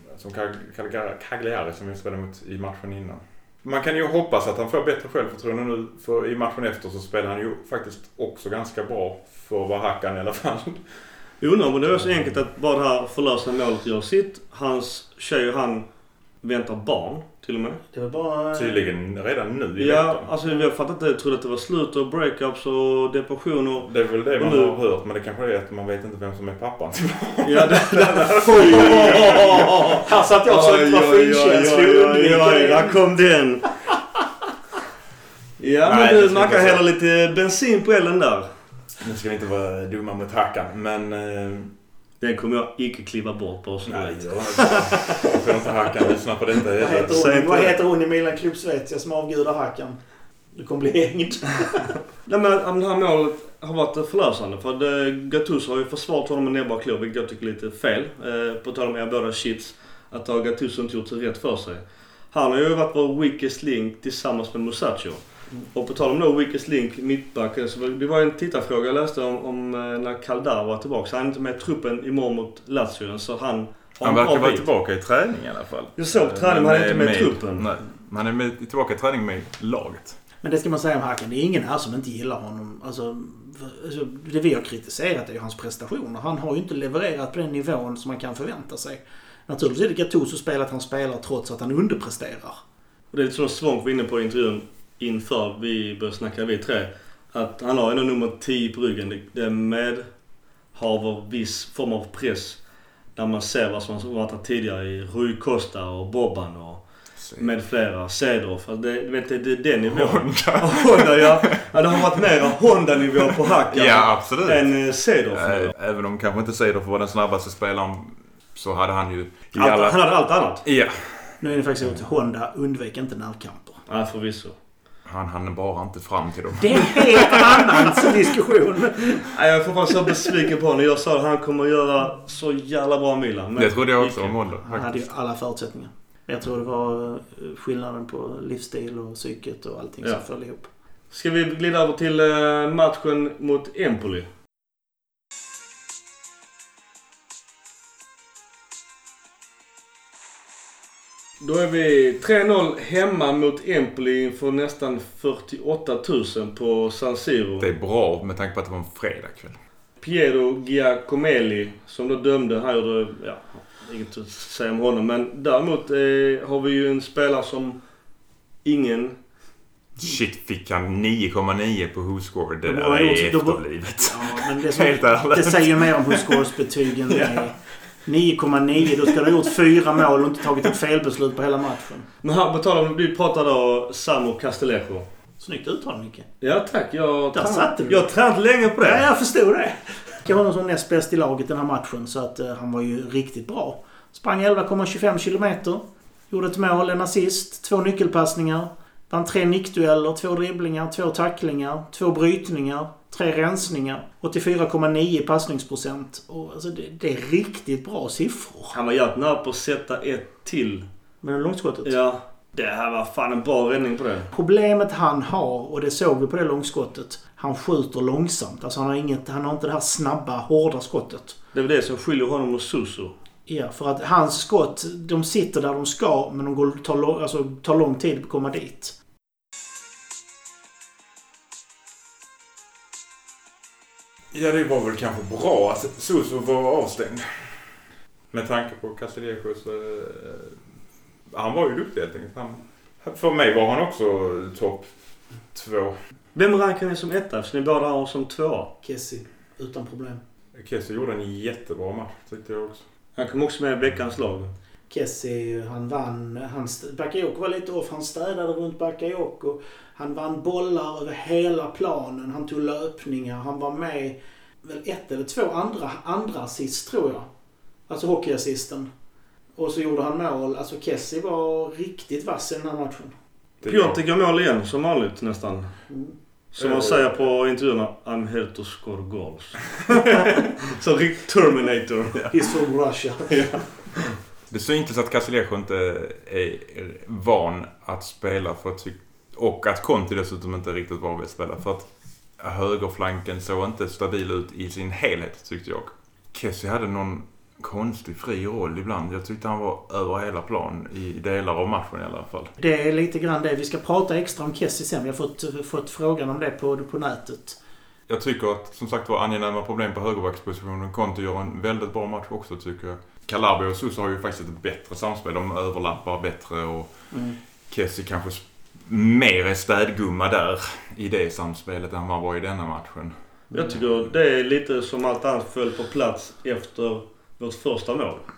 Cagliari som vi spelade mot i matchen innan. Man kan ju hoppas att han får bättre självförtroende nu. För i matchen efter så spelar han ju faktiskt också ganska bra för att vara Hakan i alla fall. Jag undrar om det är så enkelt att bara det här förlösande målet gör sitt. Hans tjej och han väntar barn till och med. Det var bara... Tydligen redan nu i Ja, veckan. alltså jag fattar inte. Jag trodde att det var slut och breakups och depressioner. Det är väl det man har hört, men det kanske är att man vet inte vem som är pappan. Ja, här satt jag också ett var finkänslig. Ja, där kom den. Ja, men du snackar hela lite bensin på elden där. Nu ska vi inte vara dumma mot Hackan, men... Den kommer jag inte kliva bort på. Nej, jag får inte Hackan lyssna på detta. Vad heter hon i Milan Club Svezia som avgudar Hackan? Du kommer bli hängd. Nej, men det här målet har varit förlösande. För Gattuso har ju försvarat honom med näbbar klor, vilket jag tycker är lite fel. På tal om båda shits. Att ha Gattuso inte gjort sig rätt för sig. Han har ju varit vår weakest link tillsammans med Musacchio. Och på tal om då weakest link, mittback, så det var en tittarfråga jag läste om när Kaldar var tillbaka. Så han är inte med i truppen imorgon mot Lazio, så han verkar vara tillbaka i träning i alla fall. Jag såg träning, men han är inte med i truppen. Nej, han är tillbaka i träning med laget. Men det ska man säga om Hackan. Det är ingen här som inte gillar honom. Alltså, det vi har kritiserat är ju hans prestationer. Han har ju inte levererat på den nivån som man kan förvänta sig. Naturligtvis är det Gattuso spel att han spelar trots att han underpresterar. Och det är lite som Svånk var inne på i intervjun inför vi började snacka vi tre. Att han har ändå nummer 10 på ryggen. Det medhaver viss form av press. När man ser vad som har varit tidigare i Rui Costa och Boban och med flera. Cedorf. Alltså det är den nivån. Honda, ja. Det har varit mer Honda-nivå på Hackan. Ja, absolut. Än Cedorf. Även om kanske inte Cedorf var den snabbaste spelaren, så hade han ju... Han hade allt annat. Ja. Nu är det faktiskt att Honda undviker inte närkamper. Ja, förvisso. Han bara inte fram till dem. Det är en helt annan diskussion. Jag är fortfarande så besviken på honom. Jag sa att han kommer att göra så jävla bra Milan. Det trodde jag också om Honda. Han hade ju alla förutsättningar. Jag tror det var skillnaden på livsstil och psyket och allting som föll ihop. Ska vi glida över till matchen mot Empoli? Då är vi 3-0 hemma mot Empoli inför nästan 48 000 på San Siro. Det är bra med tanke på att det var en fredagkväll. Piero Giacomelli som då dömde här, gjorde, inget att säga om honom. Men däremot har vi ju en spelare som ingen... Shit, fick han 9,9 på WhoScored. Det där är efterblivet. Ja, men det säger ju mer om WhoScores betygen. 9,9, då ska du ha gjort 4 mål och inte tagit ett felbeslut på hela matchen. Men här, på tal om, du pratade om Samu Castellejo. Snyggt uttal, Micke. Ja, tack. Jag har tränat länge på det. Ja, jag förstod det. Jag har honom som näst bäst i laget den här matchen, så att han var ju riktigt bra. Sprang 11,25 kilometer. Gjorde ett mål, en assist, 2 nyckelpassningar. Vann 3 nickdueller, 2 dribblingar, 2 tacklingar, 2 brytningar, 3 rensningar. 84,9 passningsprocent. Och alltså det är riktigt bra siffror. Han var jävligt nära på att sätta ett till. Med långskottet? Ja. Det här var fan en bra räddning på det. Problemet han har, och det såg vi på det långskottet, han skjuter långsamt. Alltså han har inte det här snabba, hårda skottet. Det är det som skiljer honom och Suso. Ja, för att hans skott, de sitter där de ska, men de tar lång tid att komma dit. Ja, det var väl kanske bra att Suso var avstängd. Med tanke på Castellejo så... Han var ju duktig helt enkelt. För mig var han också topp 2. Vem rankar ni som 1? Så ni båda har som 2? Kessie, utan problem. Kessie gjorde en jättebra match, tyckte jag också. Han kom också med i veckans lag. Kessie, han vann. Bakayoko var lite off. Han städade runt Bakayoko. Han vann bollar över hela planen. Han tog löpningar. Han var med väl 1 eller 2 andra assist, tror jag. Alltså hockeyassisten. Och så gjorde han mål. Alltså Kessie var riktigt vass i den här matchen. Piotr går mål igen, som vanligt nästan. Som man säger på intervjuerna, I'm here to score goals. Så Terminator. He's from Russia. Det är så intressant att Castellejo inte är van att spela och att Conti dessutom inte är riktigt van vid att spela. För att högerflanken såg inte stabil ut i sin helhet, tyckte jag. Kessie hade någon konstig fri roll ibland. Jag tyckte han var över hela plan i delar av matchen i alla fall. Det är lite grann det. Vi ska prata extra om Kessie sen. Vi har fått frågan om det på nätet. Jag tycker att, som sagt, var angenäma problem på högerbackspositionen. Conti gör en väldigt bra match också, tycker jag. Calabria och Suso har ju faktiskt ett bättre samspel. De överlappar bättre och Kessie kanske mer är städgumma där i det samspelet än man var i denna matchen. Jag tycker det är lite som allt annat föll på plats efter vårt första mål.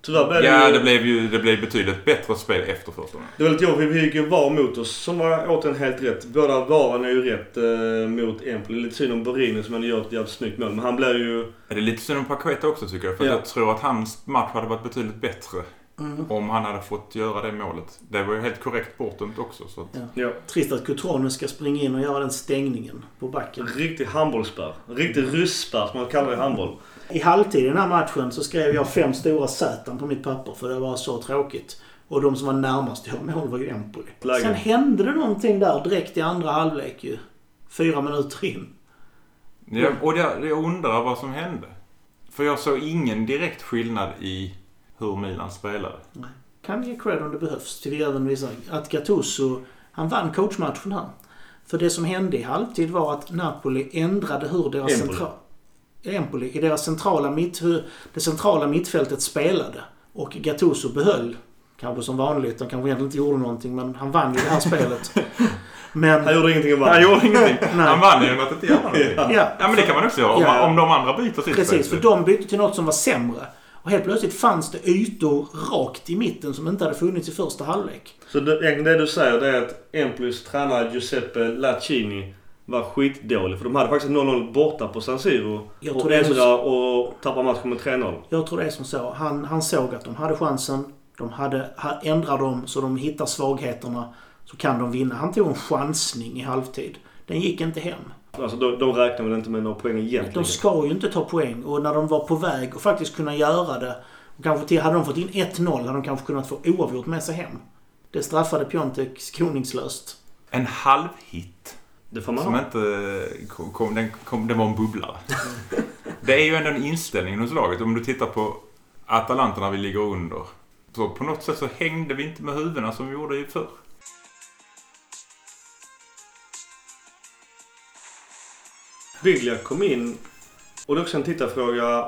Tyvärr blev det blev betydligt bättre spel efter första. Det var lite jobbigt. Vi gick ju VAR mot oss som var återigen helt rätt. Båda VARen är ju rätt mot Empoli. Lite synd om Borini som hade gjort ett jävligt snyggt mål. Men han blev ju... Det är lite synd om Paqueta också tycker jag. För jag tror att hans match hade varit betydligt bättre om han hade fått göra det målet. Det var ju helt korrekt bortdömt också. Så att... ja. Trist att Cotrone ska springa in och göra den stängningen på backen. Riktig handbollsspärr. Riktig ryssspärr som man kallar det i handboll. I halvtid i den här matchen så skrev jag 5 stora sätan på mitt papper för det var så tråkigt. Och de som var närmast att göra mål var ju Empoli. Sen hände det någonting där direkt i andra halvlek ju. 4 minuter in. Ja, och jag undrar vad som hände. För jag såg ingen direkt skillnad i hur Milan spelade. Nej. Kan ge cred om det behövs till även vissa. Att Gattuso, han vann coachmatchen här. För det som hände i halvtid var att Napoli ändrade hur deras Empoli i deras det centrala mittfältet spelade. Och Gattuso behöll, kanske som vanligt, han kanske egentligen inte gjorde någonting, men han vann ju det här spelet. Men han gjorde ingenting. Han vann ju något att göra någonting. Ja, men det kan man också göra om de andra byter sitt. Precis, för de bytte till något som var sämre. Och helt plötsligt fanns det ytor rakt i mitten som inte hade funnits i första halvlek. Så det du säger det är att Empolis tränare Giuseppe Laccini var skitdålig. För de hade faktiskt 0-0 borta på San Siro. Och tappade matchen med 3-0. Jag tror det är som så. Han såg att de hade chansen. Ändrar dem så de hittar svagheterna. Så kan de vinna. Han tog en chansning i halvtid. Den gick inte hem. Alltså de räknar väl inte med några poäng egentligen? De ska ju inte ta poäng. Och när de var på väg och faktiskt kunna göra det. Och kanske hade de fått in 1-0 hade de kanske kunnat få oavgjort med sig hem. Det straffade Piontek skoningslöst. En halvhit. Det får man som inte det var en bubblare. Det är ju ändå en inställning hos laget. Om du tittar på Atalanta när vi ligger under. Så på något sätt så hängde vi inte med huvudena som vi gjorde förr. Biglia kom in och det är också en tittarfråga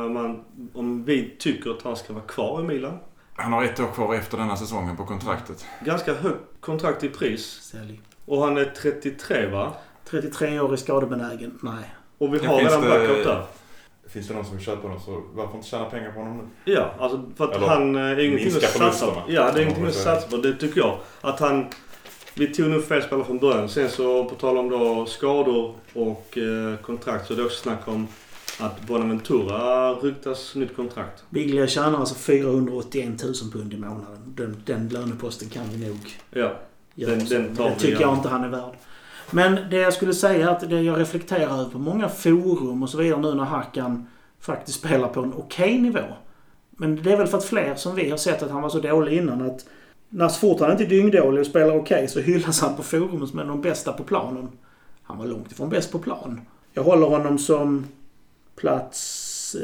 om vi tycker att han ska vara kvar i Milan. Han har 1 år kvar efter denna säsongen på kontraktet. Ganska högt kontrakt i pris. Sälj. Och han är 33 va? 33 år i skadebenägen, nej. Och vi har redan backup där. Finns det någon som vill köpa honom så varför inte tjäna pengar på honom nu? Ja, alltså för att han är ingenting att satsa på. Ja, det är ingenting att satsa på. Det tycker jag. Att vi tog nu fel spelare från början. Sen så på tal om då skador och kontrakt så är det också snack om att Bonaventura ryktas nytt kontrakt. Biglia tjänar alltså 481 000 pund i månaden. Den löneposten kan vi nog den tar det tycker jag inte han är värd. Men det jag skulle säga att det jag reflekterar över på många forum och så vidare nu när Hakan faktiskt spelar på en okej nivå. Men det är väl för att fler som vi har sett att han var så dålig innan att när så fort han inte är dyngdålig och spelar okej så hyllas han på forum som är de bästa på planen. Han var långt ifrån bäst på plan. Jag håller honom som plats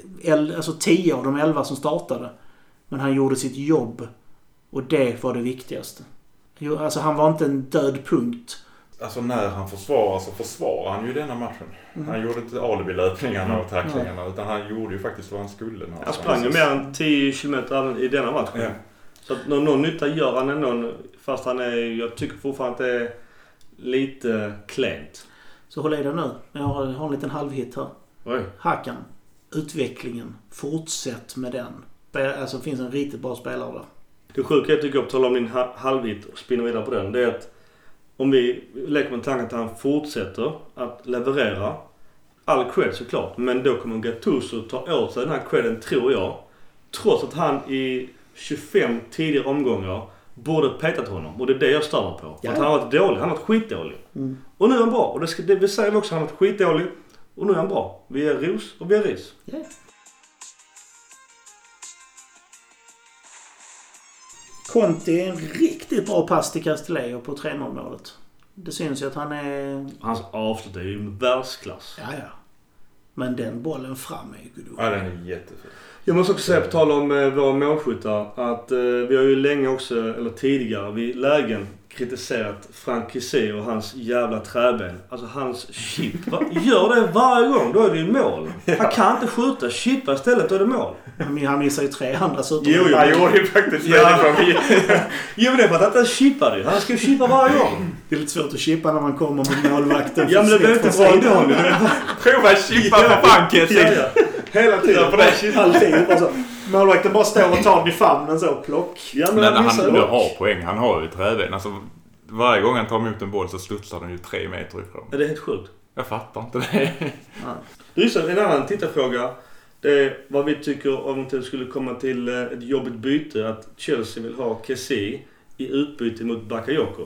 10 av de 11 som startade. Men han gjorde sitt jobb och det var det viktigaste. Alltså han var inte en död punkt. Alltså när han försvarar så försvarar han ju denna matchen. Han gjorde inte alibi-löpningarna och tacklingarna utan han gjorde ju faktiskt vad han skulle. Han sprang ju mer än 10 kilometer i denna matchen. Ja. Så att någon nytta gör han ändå fast jag tycker fortfarande att det är lite klent. Så håll i det nu. Jag har en liten halvhit här. Oj. Hakan. Utvecklingen. Fortsätt med den. Alltså det finns en riktigt bra spelare där. Det sjuka jag tycker jag talar om din halvhit och spinner vidare på den. Det är att om vi leker med tanken att han fortsätter att leverera all cred såklart. Men då kommer Gattuso ta åt sig den här creden tror jag. Trots att han i 25 tidigare omgångar borde petat honom. Och det är det jag stör mig på. Ja. Att han har varit dålig. Han har varit skitdålig. Och nu är han bra. Och det vill säga också att han har varit skitdålig. Och nu är han bra. Vi är ros och vi är ris. Yeah. Conti är en riktigt bra pass till Castillejo på 3-0-målet. Det syns ju att han är... Hans avslut är ju världsklass. Ja. Men den bollen fram är ju god. Ja, den är jättefin. Jag måste också säga på tal om våra målskyttar att vi har ju länge också, eller tidigare, vid lägen kritiserat Frank Kessé och hans jävla träben. Alltså hans chip. Gör det varje gång, då är det ju mål. Han kan inte skjuta, chippa istället, då är det mål. Han missar ju 3 andra så. Jo, han gjorde ju faktiskt Jo, det är för att han chippar det. Han ska ju chippa varje gång. Det är lite svårt att chippa när man kommer mot målvakten. Ja, men det blir inte bra ändå nu. Prova chippa på Frank Kessé. Ja. Hela tiden. Alltid. Alltså, Målvakten bara står och tar den i famnen så, plock. Ja, men han har poäng. Han har ju träben. Alltså, varje gång han tar emot en boll så studsar den ju 3 meter ifrån. Är det helt sjukt? Jag fattar inte det. Du, så en annan tittarfråga. Det är vad vi tycker om det skulle komma till ett jobbigt byte. Att Chelsea vill ha Kessie i utbyte mot Bakayoko.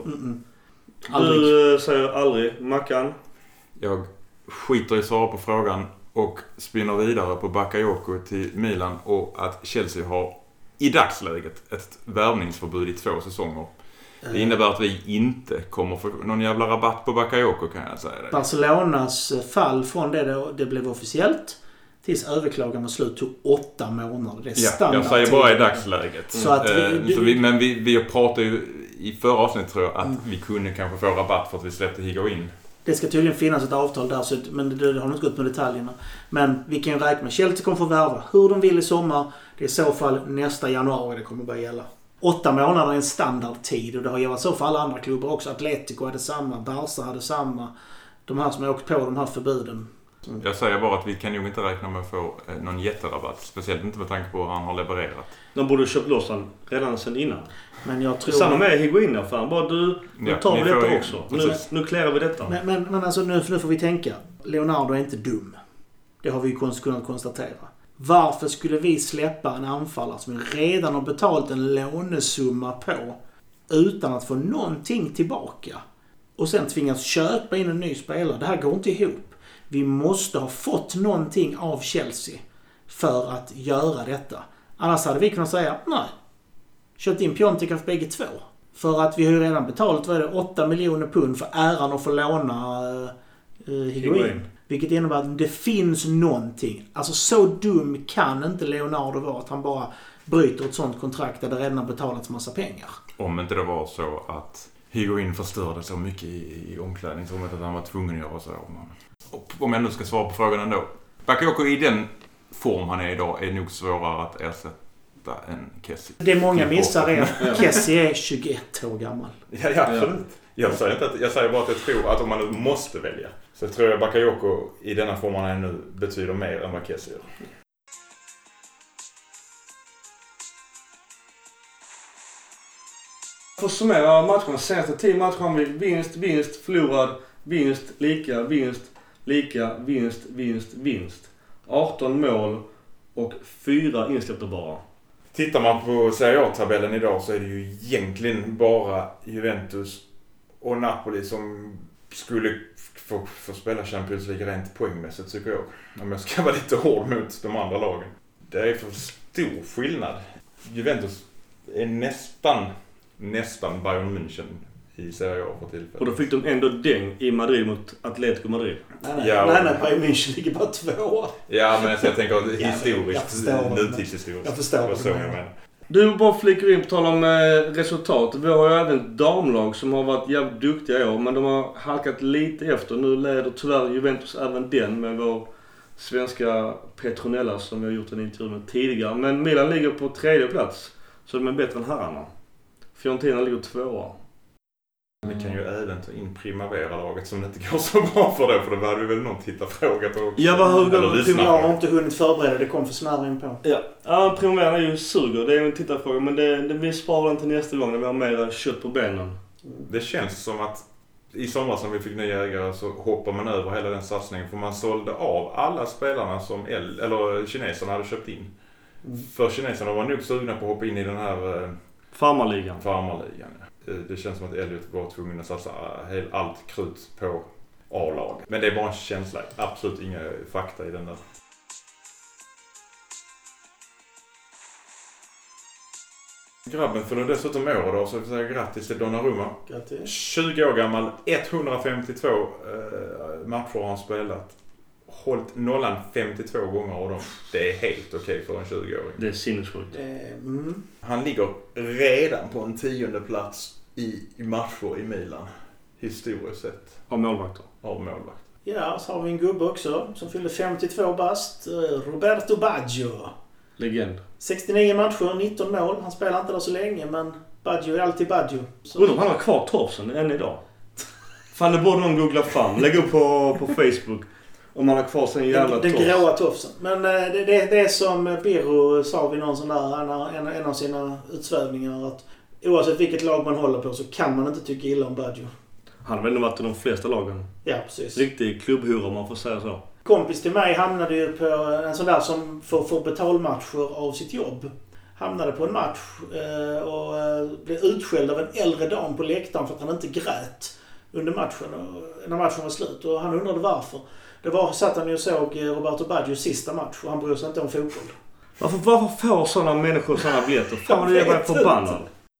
Du säger aldrig. Mackan? Jag skiter i svara på frågan och spinner vidare på Bakayoko till Milan och att Chelsea har i dagsläget ett värvningsförbud i 2 säsonger. Det innebär att vi inte kommer få någon jävla rabatt på Bakayoko, kan jag säga det. Barcelonas fall från det blev officiellt tills överklagan var slut tog 8 månader. Det är standard. Jag säger bara i dagsläget. Så att men vi pratade ju i förra avsnittet, tror jag, att vi kunde kanske få rabatt för att vi släppte Higuain. Det ska tydligen finnas ett avtal där, men det har inte gått med detaljerna. Men vi kan ju räkna med Chelsea kommer få värva hur de vill i sommar. Det är i så fall nästa januari det kommer börja gälla. 8 månader är en standardtid och det har ju varit så för alla andra klubbar också. Atletico hade samma, Barca hade samma. De här som har åkt på de här förbuden. Jag säger bara att vi kan ju inte räkna med att få någon jätterabatt. Speciellt inte med tanke på hur han har levererat. De borde köpt loss han redan sedan innan. Men jag tror... Samma med Higuain, fan. Bara nu tar vi detta också. Nu klärar vi detta. Men alltså nu får vi tänka. Leonardo är inte dum. Det har vi ju kunnat konstatera. Varför skulle vi släppa en anfallare som redan har betalt en lånesumma på utan att få någonting tillbaka? Och sen tvingas köpa in en ny spelare. Det här går inte ihop. Vi måste ha fått någonting av Chelsea för att göra detta. Annars hade vi kunnat säga nej. Köpt in Piontek av bägge två. För att vi har ju redan betalat 8 miljoner pund för äran att få låna Higuain. Vilket innebär att det finns någonting. Alltså så dum kan inte Leonardo vara att han bara bryter ett sånt kontrakt där det redan har betalats massa pengar. Om inte det var så att Higuain förstörde så mycket i omklädningsrummet att han var tvungen att göra så. Och om jag nu ska svara på frågan ändå. Bakayoko i den form han är idag är nog svårare att ersätta än Kessie. Det många missar är att Kessie är 21 år gammal. Ja, absolut. Jag säger bara att jag tror att om man nu måste välja så tror jag Bakayoko i denna form han är nu betyder mer än vad Kessie gör. För att summera matcherna, senaste 10 matcher har vi vinst, förlorad, vinst, lika, vinst, lika, vinst. 18 mål och 4 insläppta bara. Tittar man på Serie A-tabellen idag så är det ju egentligen bara Juventus och Napoli som skulle få spela Champions League rent poängmässigt, tycker jag. Om jag ska vara lite hård mot de andra lagen. Det är för stor skillnad. Juventus är nästan Bayern München i Serie A för tillfället. Och då fick de ändå däng i Madrid mot Atletico Madrid. Nej, Bayern München ligger bara 2. Ja, men jag tänker historiskt, nutidshistoriskt. Jag förstår. Du bara flickar in på tal om resultat. Vi har ju även damlag som har varit jävligt duktiga i år, men de har halkat lite efter. Nu leder tyvärr Juventus även den med vår svenska Petronella som vi har gjort en intervju med tidigare. Men Milan ligger på 3:e plats, så de är bättre än herrarna. Fiorentina ligger 2:a. Vi kan ju även ta in Primavera-laget som inte går så bra för det, för det hade vi väl någon tittarfråga på också. Ja, vad hur Primavera har inte hunnit förbereda, det kom för snarare in på. Ja, Primavera är ju suger, det är ju en tittarfråga, men vi sparar den till nästa gång när vi har mer kött på benen. Det känns som att i somras som vi fick nya ägare så hoppar man över hela den satsningen, för man sålde av alla spelarna som kineserna hade köpt in. För kineserna var nog sugna på att hoppa in i den här Farmarligan. Det känns som att Elliot var tvungen att satsa allt krut på A-lag. Men det är bara en känsla. Absolut inga fakta i den där. Grabben fyller dessutom år då, så vi säger grattis till Donnarumma. Grattis. 20 år gammal, 152 matcher har han spelat. Hållit nollan 52 gånger av dem. Det är helt okej för en 20-åring. Det är sinnessjukt. Han ligger redan på en 10:e plats i matcher i Milan. Historiskt sett. Av målvakter. Ja, så har vi en gubbe också som fyllde 52 bast. Roberto Baggio. Legend. 69 matcher, 19 mål. Han spelar inte där så länge, men Baggio är alltid Baggio. Undrar om han har kvar torsen än idag. Fan, det borde någon googla fram. Lägg upp på Facebook. Om man har kvar sin jävla den gråa tofsen. Men det är som Birro sa vid någon sån där, en av sina utsvävningar, att oavsett vilket lag man håller på så kan man inte tycka illa om Baggio. Han har väl varit i de flesta lagen. Ja, precis. Riktig klubbhora, om man får säga så. Kompis till mig hamnade ju på en sån där som får betalmatcher av sitt jobb. Hamnade på en match och blev utskälld av en äldre dam på läktaren för att han inte grät under matchen, när matchen var slut. Och han undrade varför. Satt han ju och såg Roberto Baggios sista match och han bryr sig inte om fotboll. Varför får sådana människor sådana biljetter? Fan, det är bara förbannad.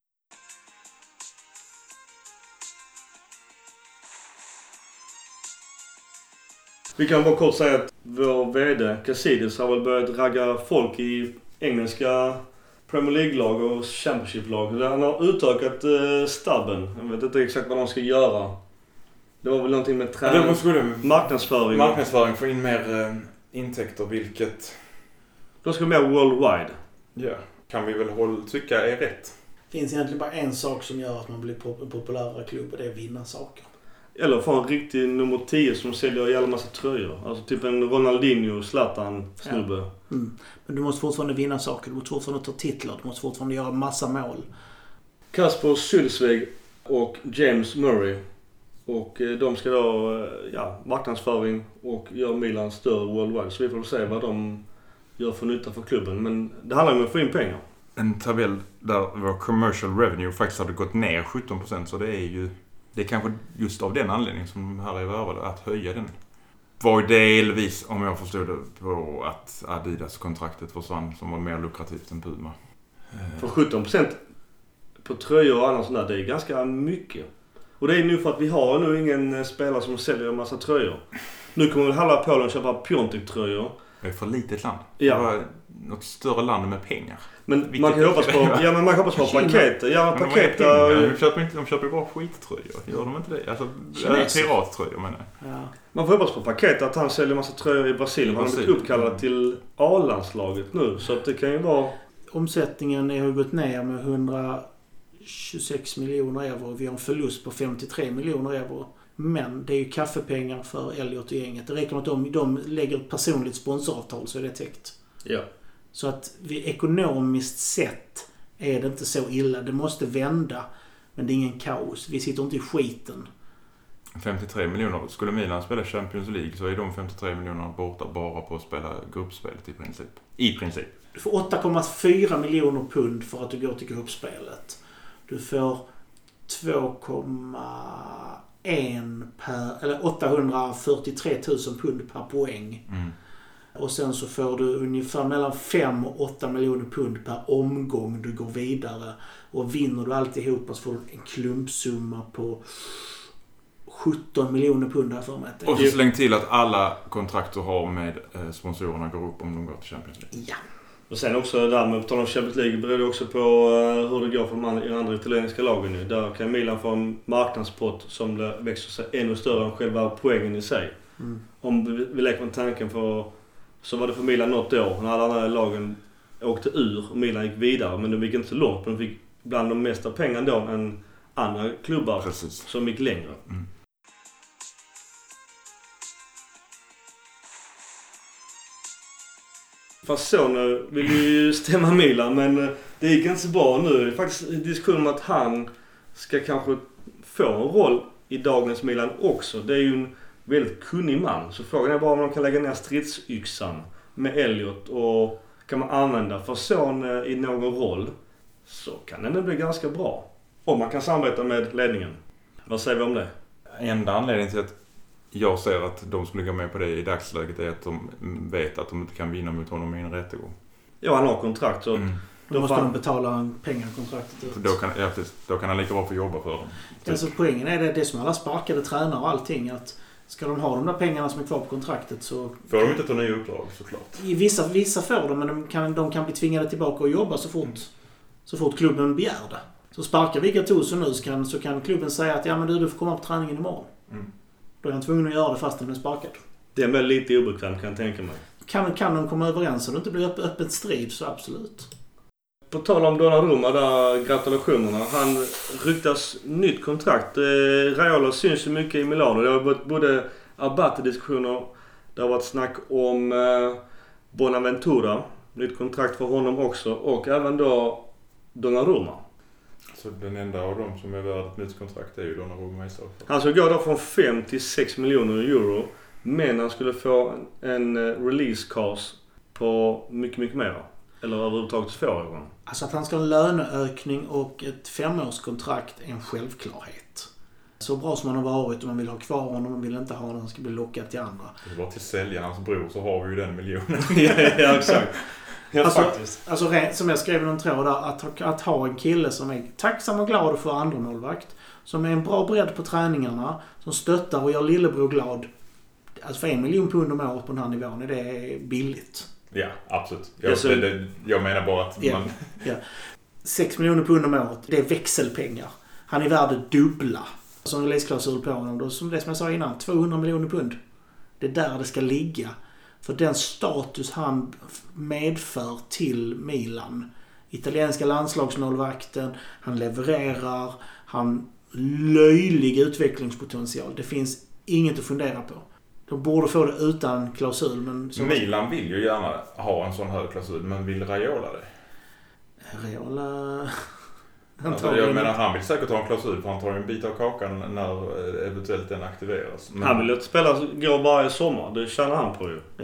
Vi kan bara kort säga att vår vd, Cassidis, har väl börjat ragga folk i engelska Premier League-lag och Championship-lag. Han har utökat stabben. Jag vet inte exakt vad de ska göra. Det var väl någonting med marknadsföring. Marknadsföring, få in mer intäkter, vilket... De ska mer worldwide. Ja, kan vi väl tycka är rätt. Det finns egentligen bara en sak som gör att man blir en populärare klubb, och det är att vinna saker. Eller få en riktig nummer 10 som säljer en jävla massa tröjor. Alltså typ en Ronaldinho, Zlatan-snubbe. Ja. Mm. Men du måste fortfarande vinna saker. Du måste fortfarande ta titlar. Du måste fortfarande göra massa mål. Kasper Sylsvig och James Murray. Och de ska då marknadsföring och göra Milan större worldwide. Så vi får se vad de gör för nytta för klubben. Men det handlar om att få in pengar. En tabell där vår commercial revenue faktiskt hade gått ner 17%, så det är ju... Det är kanske just av den anledningen som här är värvade att höja den. Var ju delvis, om jag förstod det, på att Adidas-kontraktet försvann som var mer lukrativt än Puma. För 17% på tröjor och annat sånt där, det är ganska mycket. Och det är nu för att vi har nu ingen spelare som säljer en massa tröjor. Nu kommer väl halva Polen köpa Piontek-tröjor. Det är för litet land. Ja. Det var något större land med pengar. Men man kan hoppas på, man hoppas på paket. Ja, paket. De köper ju bara skittröjor. Gör de inte det? Alltså pirattröjor menar jag. Ja. Man får hoppas på paket att han säljer massa tröjor i Brasilien. Han har blivit uppkallad till A-landslaget nu. Så att det kan ju vara... Omsättningen har gått ner med 126 miljoner euro. Vi har en förlust på 53 miljoner euro. Men det är ju kaffepengar för Elliot och gänget. Det räcker med att de lägger ett personligt sponsoravtal så är det täckt. Ja. Så att ekonomiskt sett är det inte så illa. Det måste vända. Men det är ingen kaos. Vi sitter inte i skiten. 53 miljoner. Skulle Milan spela Champions League så är de 53 miljonerna borta bara på att spela gruppspelet i princip. Du får 8,4 miljoner pund för att du går till gruppspelet. Du får 843 000 pund per poäng. Mm. Och sen så får du ungefär mellan 5 och 8 miljoner pund per omgång du går vidare. Och vinner du alltihopa så får du en klumpsumma på 17 miljoner pund här för mig. Och så släng till att alla kontrakt du har med sponsorerna går upp om de går till Champions League. Ja. Och sen också där med tal om Champions League beror det också på hur det går för de andra italienska lagen nu. Där kan Milan få en marknadspott som växer sig ännu större än själva poängen i sig. Mm. Om vi leker med tanken för så var det för Milan något år när alla andra lagen åkte ur och Milan gick vidare. Men de gick inte så långt, men de fick bland de mesta pengar då än andra klubbar. Precis. Som gick längre. Mm. Fast så nu vill ju stämma Milan, men det gick inte så bra nu. Det är faktiskt en diskussion om att han ska kanske få en roll i dagens Milan också. Det är ju en väldigt kunnig man. Så frågan är bara om de kan lägga ner stridsyxan med Elliot och kan man använda för son i någon roll, så kan den bli ganska bra. Om man kan samarbeta med ledningen. Vad säger vi om det? Enda anledningen till att jag ser att de skulle gå med på det i dagsläget är att de vet att de inte kan vinna mot honom i en rättegång. Ja, han har kontrakt så... Då måste de betala pengar kontraktet ut. Då kan han lika bra få jobba för dem. Alltså poängen är det som alla sparkade tränare och allting, att ska de ha de där pengarna som är kvar på kontraktet så... Får de inte ta nya uppdrag såklart? I vissa får de, men de kan bli tvingade tillbaka och jobba så fort klubben begär det. Så sparkar vi Gattuso nu så kan klubben säga att ja men du får komma på träningen imorgon. Mm. Då är han tvungen att göra det fast den är sparkad. Det är väl lite obekvämt kan jag tänka mig. Kan de komma överens och det inte blir öppet strid så absolut. På tal om Donnarumma där, gratulationerna. Han ryktas nytt kontrakt. Raiola syns ju mycket i Milano. Det har varit både Abate-diskussioner Det har varit snack om Bonaventura. Nytt kontrakt för honom också. Och även då Donnarumma. Så den enda av dem som är värd ett nytt kontrakt är ju Donnarumma i så fall. Han skulle gå då från 5 till 6 miljoner euro. Men han skulle få en release cost på mycket, mycket mer. Eller överhuvudtaget 2 år. Alltså att han ska ha en löneökning och ett 5-årskontrakt är en självklarhet. Så bra som han har varit och man vill ha kvar honom, man vill inte ha honom, han ska bli lockad till andra. Det är bara till sälja hans bror så har vi ju den miljonen. Ja, exakt. Ja, alltså, faktiskt. Alltså som jag skrev i någon tråd där, att ha en kille som är tacksam och glad för andra målvakt, som är en bra bredd på träningarna, som stöttar och gör lillebror glad. Alltså för 1 miljon pund om året på den här nivån är det billigt. Ja, absolut. Jag menar bara att man... Ja. 6 miljoner pund om året, det är växelpengar. Han är värd det dubbla. Som releaseklausul på honom, då, som jag sa innan, 200 miljoner pund. Det är där det ska ligga. För den status han medför till Milan. Italienska landslagsmålvakten, han levererar, han löjlig utvecklingspotential. Det finns inget att fundera på. De borde få det utan klausul. Men Milan vill ju gärna ha en sån hög klausul, men vill Raiola det? Raiola... Alltså, jag menar, han vill säkert ha en klausul för han tar en bit av kakan när eventuellt den aktiveras. Men... Han vill att spela går varje sommar. Det tjänar han på ju. Ja.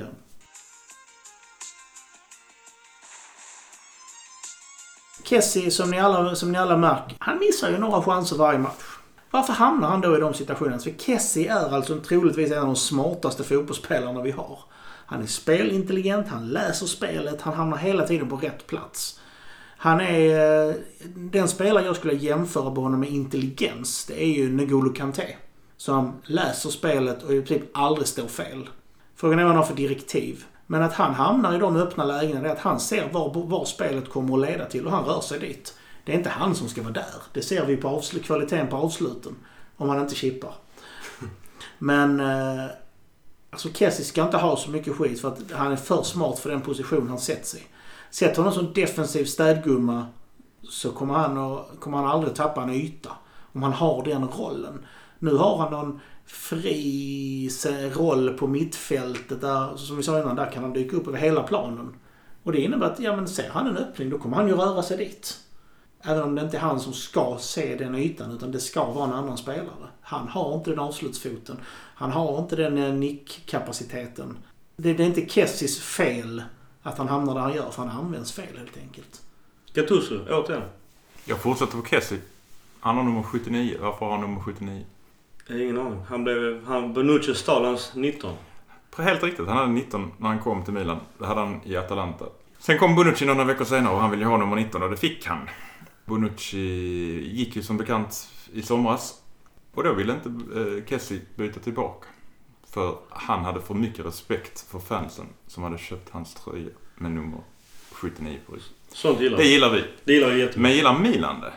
Kessie, som ni alla märker, han missar ju några chanser varje match. Varför hamnar han då i de situationerna? För Kessie är alltså troligtvis en av de smartaste fotbollsspelarna vi har. Han är spelintelligent, han läser spelet, han hamnar hela tiden på rätt plats. Han är den spelare jag skulle jämföra på honom med intelligens. Det är ju N'Golo Kanté. Som läser spelet och i princip aldrig står fel. Frågan är vad han har för direktiv. Men att han hamnar i de öppna lägena är att han ser var spelet kommer att leda till och han rör sig dit. Det är inte han som ska vara där. Det ser vi på kvaliteten på avsluten. Om han inte chippar. Men alltså Kessie ska inte ha så mycket skit för att han är för smart för den position han sätter sig. Sätter honom som defensiv städgumma så kommer han aldrig tappa en yta. Om han har den rollen. Nu har han någon fri roll på mittfältet där, som vi sa innan, där kan han dyka upp över hela planen. Och det innebär att ser han en öppning då kommer han ju röra sig dit. Även om det inte är han som ska se den ytan utan det ska vara en annan spelare. Han har inte den avslutsfoten. Han har inte den nickkapaciteten. Det är inte Kessies fel att han hamnar där han gör, för han används fel helt enkelt. Gattuso, återigen. Jag fortsätter på Kessie. Han har nummer 79. Varför har han nummer 79? Jag har ingen aning. Bonucci stal hans 19. Helt riktigt. Han hade 19 när han kom till Milan. Det hade han i Atalanta. Sen kom Bonucci några veckor senare och han ville ha nummer 19 och det fick han. Bonucci gick ju som bekant i somras. Och då ville inte Kessie byta tillbaka. För han hade för mycket respekt för fansen som hade köpt hans tröja med nummer 79 på ryggen. Sånt gillar vi. Det gillar vi. Det gillar vi jättemycket. Men gillar Milan det?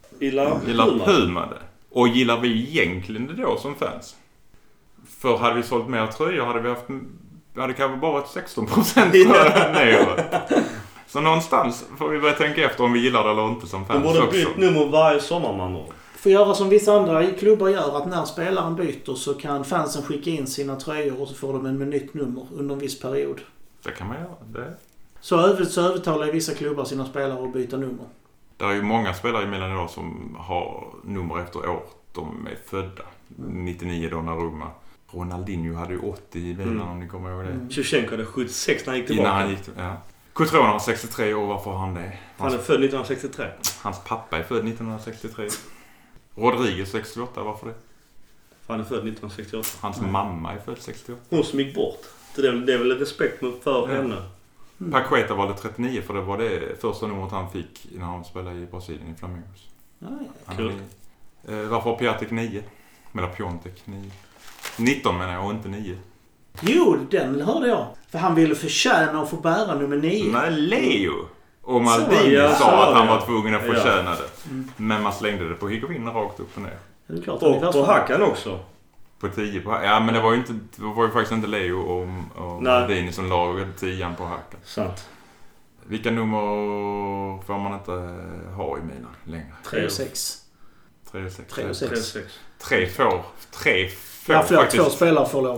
Gillar Puma det? Och gillar vi egentligen det då som fans? För hade vi sålt mer tröjor hade kanske bara varit 16% neråt. Så någonstans får vi börja tänka efter om vi gillar det eller inte som fans också. De borde byta nummer varje sommar man då. Får göra som vissa andra klubbar gör, att när spelaren byter så kan fansen skicka in sina tröjor och så får de en nytt nummer under en viss period. Det kan man göra. Det. Så övertalar vissa klubbar sina spelare att byta nummer. Det är ju många spelare i Milan idag som har nummer efter år de är födda. 99 Donnarumma. Ronaldinho hade ju 80 i Milan om ni kommer ihåg det. Shevchenko hade 76 när han gick tillbaka. Innan han gick, ja. Courtois har 63 år, varför har han det? Han är född 1963. Hans pappa är född 1963. Rodriguez 68, varför det? För han är född 1968. Hans mamma är född 68. Hon som gick bort. Det är väl respekt för henne. Paqueta valde 39 för det var det första numret han fick när han spelade i Brasilien i Flamingos. Kul. Varför har Piatek 9? Medan Piontek 9. 19 menar jag och inte 9. Jo, den hörde jag. För han ville förtjäna att få bära nummer 9. Nej, Leo. Och Maldini sa att han var tvungen att förtjäna det. Men man slängde det på Higuain rakt upp och ner. Det är klart, och på Hakan också. På 10 på Hakan. Ja, men det var ju faktiskt inte Leo och Maldini som lagade 10 på Hakan. Sant. Vilka nummer får man inte ha i Milan längre? 3 och 6. 3 och 6. 3 och 6. 3 får Ja, faktiskt. 2 spelare får lov.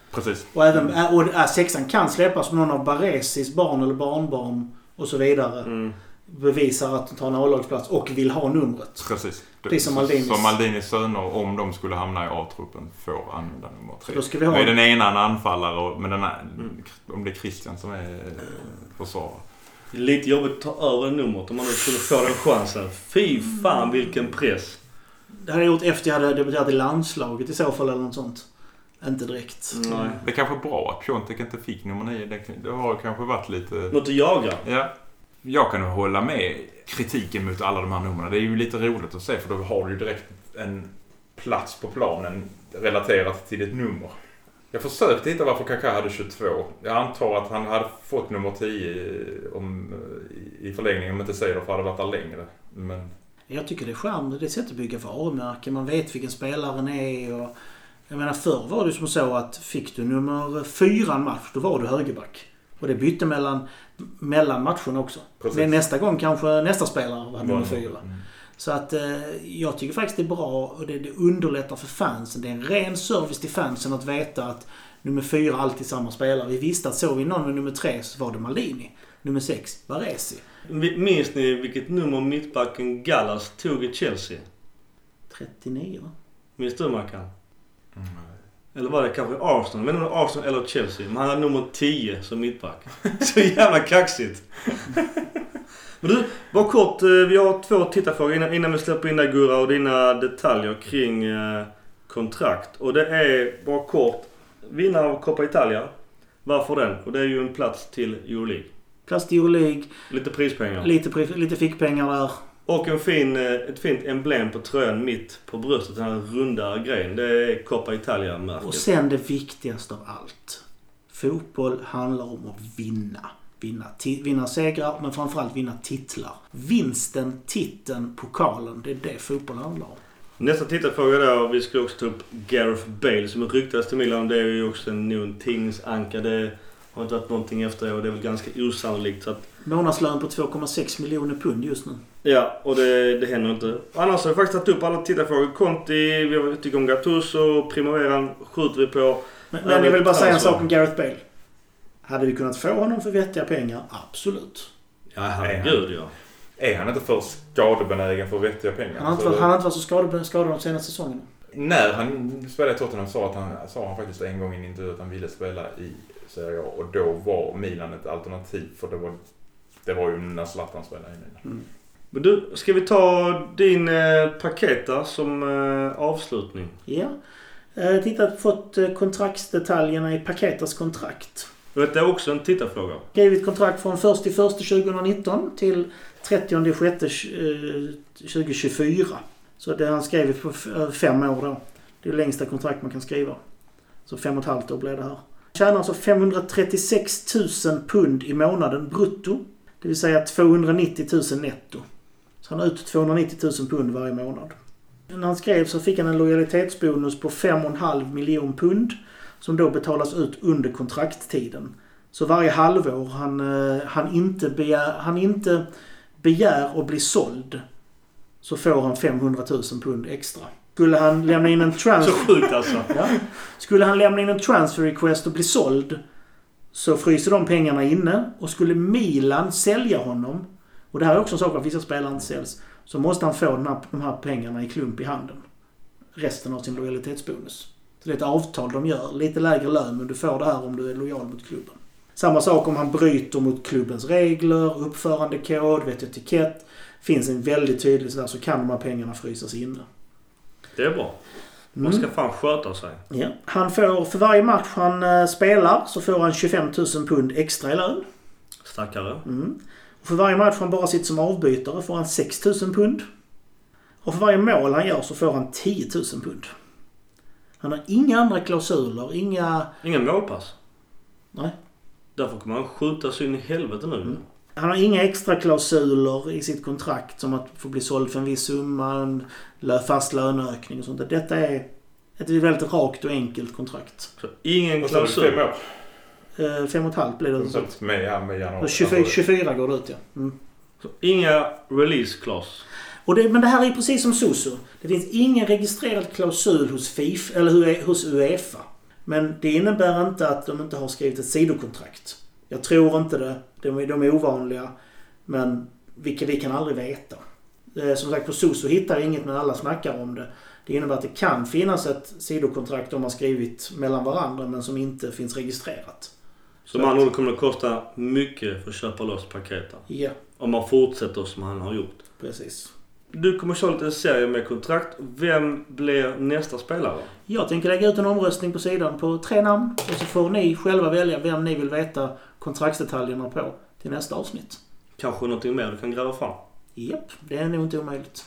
Precis. Och även sexan kan släppas med någon av Baresis barn eller barnbarn och så vidare. Bevisar att de tar en A-lagsplats och vill ha numret. Precis. Precis som Maldinis. Som Maldinis söner, om de skulle hamna i A-truppen, får använda nummer 3. Då ska vi ha... Med den ena en anfallare, men om det är Christian som är försvarare. Lite jobbigt att ta över numret om man skulle få den chansen. Fy fan vilken press. Det hade jag gjort efter jag hade debuterat i landslaget i så fall eller något sånt. Inte direkt. Nej. Det är kanske bra att Piontek inte fick nummer 9. Det har kanske varit lite... Något att jaga. Ja. Jag kan hålla med kritiken mot alla de här numren. Det är ju lite roligt att se, för då har du ju direkt en plats på planen relaterat till ett nummer. Jag försökte hitta varför Kaká hade 22. Jag antar att han hade fått nummer 10 i förlängningen, om inte säger för hade varit där längre. Men... Jag tycker det är charmigt. Det är ett sätt att bygga varumärke. Man vet vilken spelaren är. Och jag menar, förr var det som så att fick du nummer 4 en match, då var du högerback. Och det bytte mellan matcherna också. Men nästa gång kanske nästa spelare var nummer 4. Så att jag tycker faktiskt det är bra, och det underlättar för fansen. Det är en ren service till fansen att veta att nummer 4 alltid samma spelare. Vi visste att såg vi någon med nummer 3 så var det Maldini. Nummer 6 var Resi. Minns ni vilket nummer mittbacken Gallas tog i Chelsea? 39, va? Minns du, Mackan? Eller var det kanske Arsenal? Men det var Arsenal eller Chelsea. Men han hade nummer 10 som mittback. Så jävla kaxigt. Men du, bara kort. Vi har 2 tittarfrågor innan vi släpper in dig, Gurra, och dina detaljer kring kontrakt. Och det är bara kort. Vinnare av Coppa Italia. Varför den? Och det är ju en plats till Euroleague. Plats till Euroleague. Lite prispengar. Lite fickpengar där. Och ett fint emblem på tröjan mitt på bröstet. Den här runda grejen. Det är Coppa Italia-märket. Och sen det viktigaste av allt. Fotboll handlar om att vinna. Vinna segrar, men framförallt vinna titlar. Vinsten, titeln, pokalen. Det är det fotboll handlar om. Nästa tittarfråga då. Vi skulle också ta upp Gareth Bale som ryktades till Milan. Det är ju också en tingsanka. Det har inte varit någonting efter, och det är väl ganska osannolikt. Så att... Månadslön på 2,6 miljoner pund just nu. Ja, och det händer inte. Annars har vi faktiskt tagit upp alla tittarfrågor. Conti, vi tycker om Gattuso, Primaveran skjuter vi på. Men jag vill bara säga en sak om Gareth Bale. Hade vi kunnat få honom för vettiga pengar? Absolut. Ja, herregud, ja. Är han inte för skadebenägen för vettiga pengar? Han har inte varit så skadad de senaste säsongerna. När han spelade i Tottenham sa han faktiskt en gång i en intervju att han ville spela i Serie A, och då var Milan ett alternativ, för det var ju när Zlatan spelade i Milan. Men du, ska vi ta din paketa som avslutning? Ja. Fått kontraktsdetaljerna i Paketas kontrakt. Det är också en tittarfråga. Skrivit kontrakt från 1.1.2019 till 30.6.2024. Så det har han skrivit på 5 år då. Det är det längsta kontrakt man kan skriva. Så 5,5 år blev det här. Tjänar alltså 536 000 pund i månaden brutto. Det vill säga 290 000 netto. Så han har ut 290 000 pund varje månad. När han skrev så fick han en lojalitetsbonus på 5,5 miljoner pund. Som då betalas ut under kontrakttiden. Så varje halvår han inte begär att bli såld, så får han 500 000 pund extra. Skulle han lämna in en transfer... Så sjukt alltså. Ja. Skulle han lämna in en transfer request och bli såld, så fryser de pengarna inne. Och skulle Milan sälja honom, och det här är också en sak att vissa spelare inte säljs, så måste han få de här pengarna i klump i handen. Resten av sin lojalitetsbonus. Så det är ett avtal de gör. Lite lägre lön, men du får det här om du är lojal mot klubben. Samma sak om han bryter mot klubbens regler, uppförandekod, etikett. Finns en väldigt tydlig sådär, så kan de här pengarna frysas inne. Det är bra. Man ska fan sköta sig. Ja. Han får, för varje match han spelar, så får han 25 000 pund extra i lön. Stackare. Och för varje match han bara sitter som avbytare får han 6 000 pund. Och för varje mål han gör så får han 10 000 pund. Han har inga andra klausuler, Ingen målpass? Nej. Därför kommer han skjuta sig in i helvete nu. Han har inga extra klausuler i sitt kontrakt, som att få bli såld för en viss summa, en fast löneökning och sånt. Detta är ett väldigt rakt och enkelt kontrakt. Så ingen klausul? 5 år. 5,5 blir det. Så med januari. 24 går det ut, ja. Så inga release clause? Men det här är precis som Suso. Det finns ingen registrerad klausul hos FIFA eller hos UEFA. Men det innebär inte att de inte har skrivit ett sidokontrakt. Jag tror inte det. De är ovanliga. Men vi kan aldrig veta. Som sagt, på SOSO hittar jag inget, men alla snackar om det. Det innebär att det kan finnas ett sidokontrakt de har skrivit mellan varandra, men som inte finns registrerat. Så man håller kommer att kosta mycket för att köpa loss paketen. Ja. Om man fortsätter som han har gjort. Precis. Du kommer köra lite serie med kontrakt. Vem blir nästa spelare? Jag tänker lägga ut en omröstning på sidan på 3 namn. Och så får ni själva välja vem ni vill veta kontraktsdetaljerna på till nästa avsnitt. Kanske någonting mer du kan gräva fram? Japp, det är nog inte omöjligt.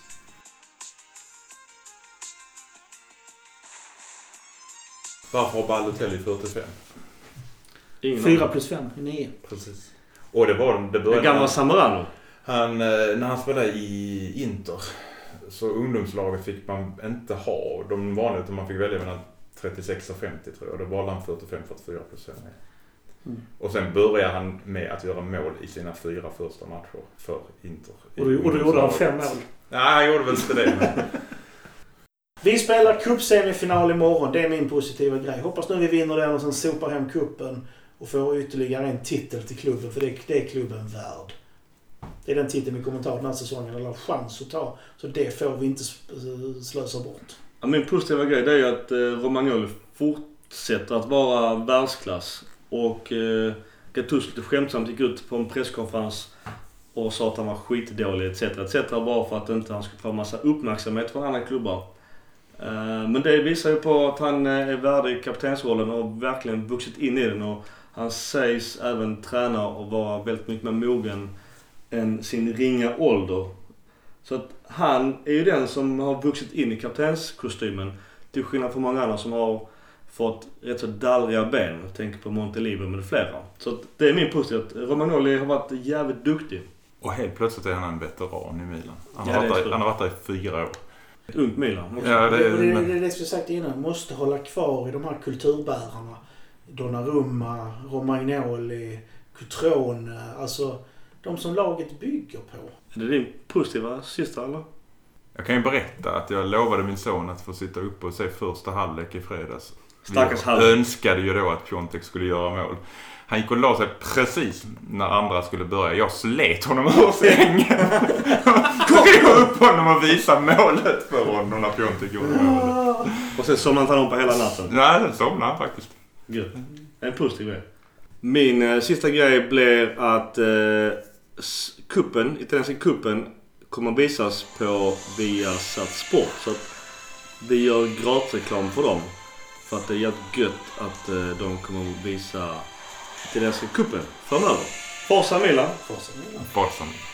Varför har Balotelli 45? 4 plus 5 är 9. Precis. Och det började... Gamla Zamorano. När han spelade i Inter så ungdomslaget fick man inte ha. De vanliga utan man fick välja mellan 36 och 50 tror jag. Då valde han 45-44 plus 5. Och sen började han med att göra mål i sina 4 första matcher för Inter. Och då gjorde han 5 mål. Nej, han gjorde väl inte det. Men... Vi spelar cupsemifinal imorgon. Det är min positiva grej. Hoppas nu vi vinner den och sen sopar hem kuppen och får ytterligare en titel till klubben. För det är klubben värd. Det är den titeln vi kommer ta den här säsongen. Eller chans att ta. Så det får vi inte slösa bort. Ja, min positiva grej det är ju att Romagnoli fortsätter att vara världsklass. Och Gattuso lite skämtsamt gick ut på en presskonferens och sa att han var skitdålig etc. Bara för att inte han skulle få massa uppmärksamhet från andra klubbar. Men det visar ju på att han är värdig kaptensrollen och verkligen vuxit in i den. Och han sägs även träna och vara väldigt mycket mer mogen än sin ringa ålder. Så att han är ju den som har vuxit in i kaptenskostymen. Till skillnad från många andra som har fått rätt så dallriga ben. Jag tänker på Montelivo med flera. Så att det är min positiv att Romagnoli har varit jävligt duktig. Och helt plötsligt är han en veteran i Milan. Han har varit där i 4 år. Ett ungt Milan också. Ja, det är det som jag sagt innan. Måste hålla kvar i de här kulturbärarna. Donnarumma, Romagnoli, Cutrone. Alltså de som laget bygger på. Är det din positiva sista eller? Jag kan ju berätta att jag lovade min son att få sitta uppe och se första halvlek i fredags. Stackars Jag önskade ju då att Piontek skulle göra mål. Han gick och la sig precis när andra skulle börja. Jag slet honom ur sängen. Kom upp honom och visa målet för honom när Piontek gjorde målet. Och sen somnade han på hela natten. Nej, den somnade han faktiskt. Gud. En positiv grej. Min sista grej blir att italienska kuppen kommer visas på Viasat Sport. Så att vi gör gratisreklam för dem. För att det är jävligt gött att de kommer visa italienska kuppen framöver. Forza Milan. Forza Milan. Forza Milan.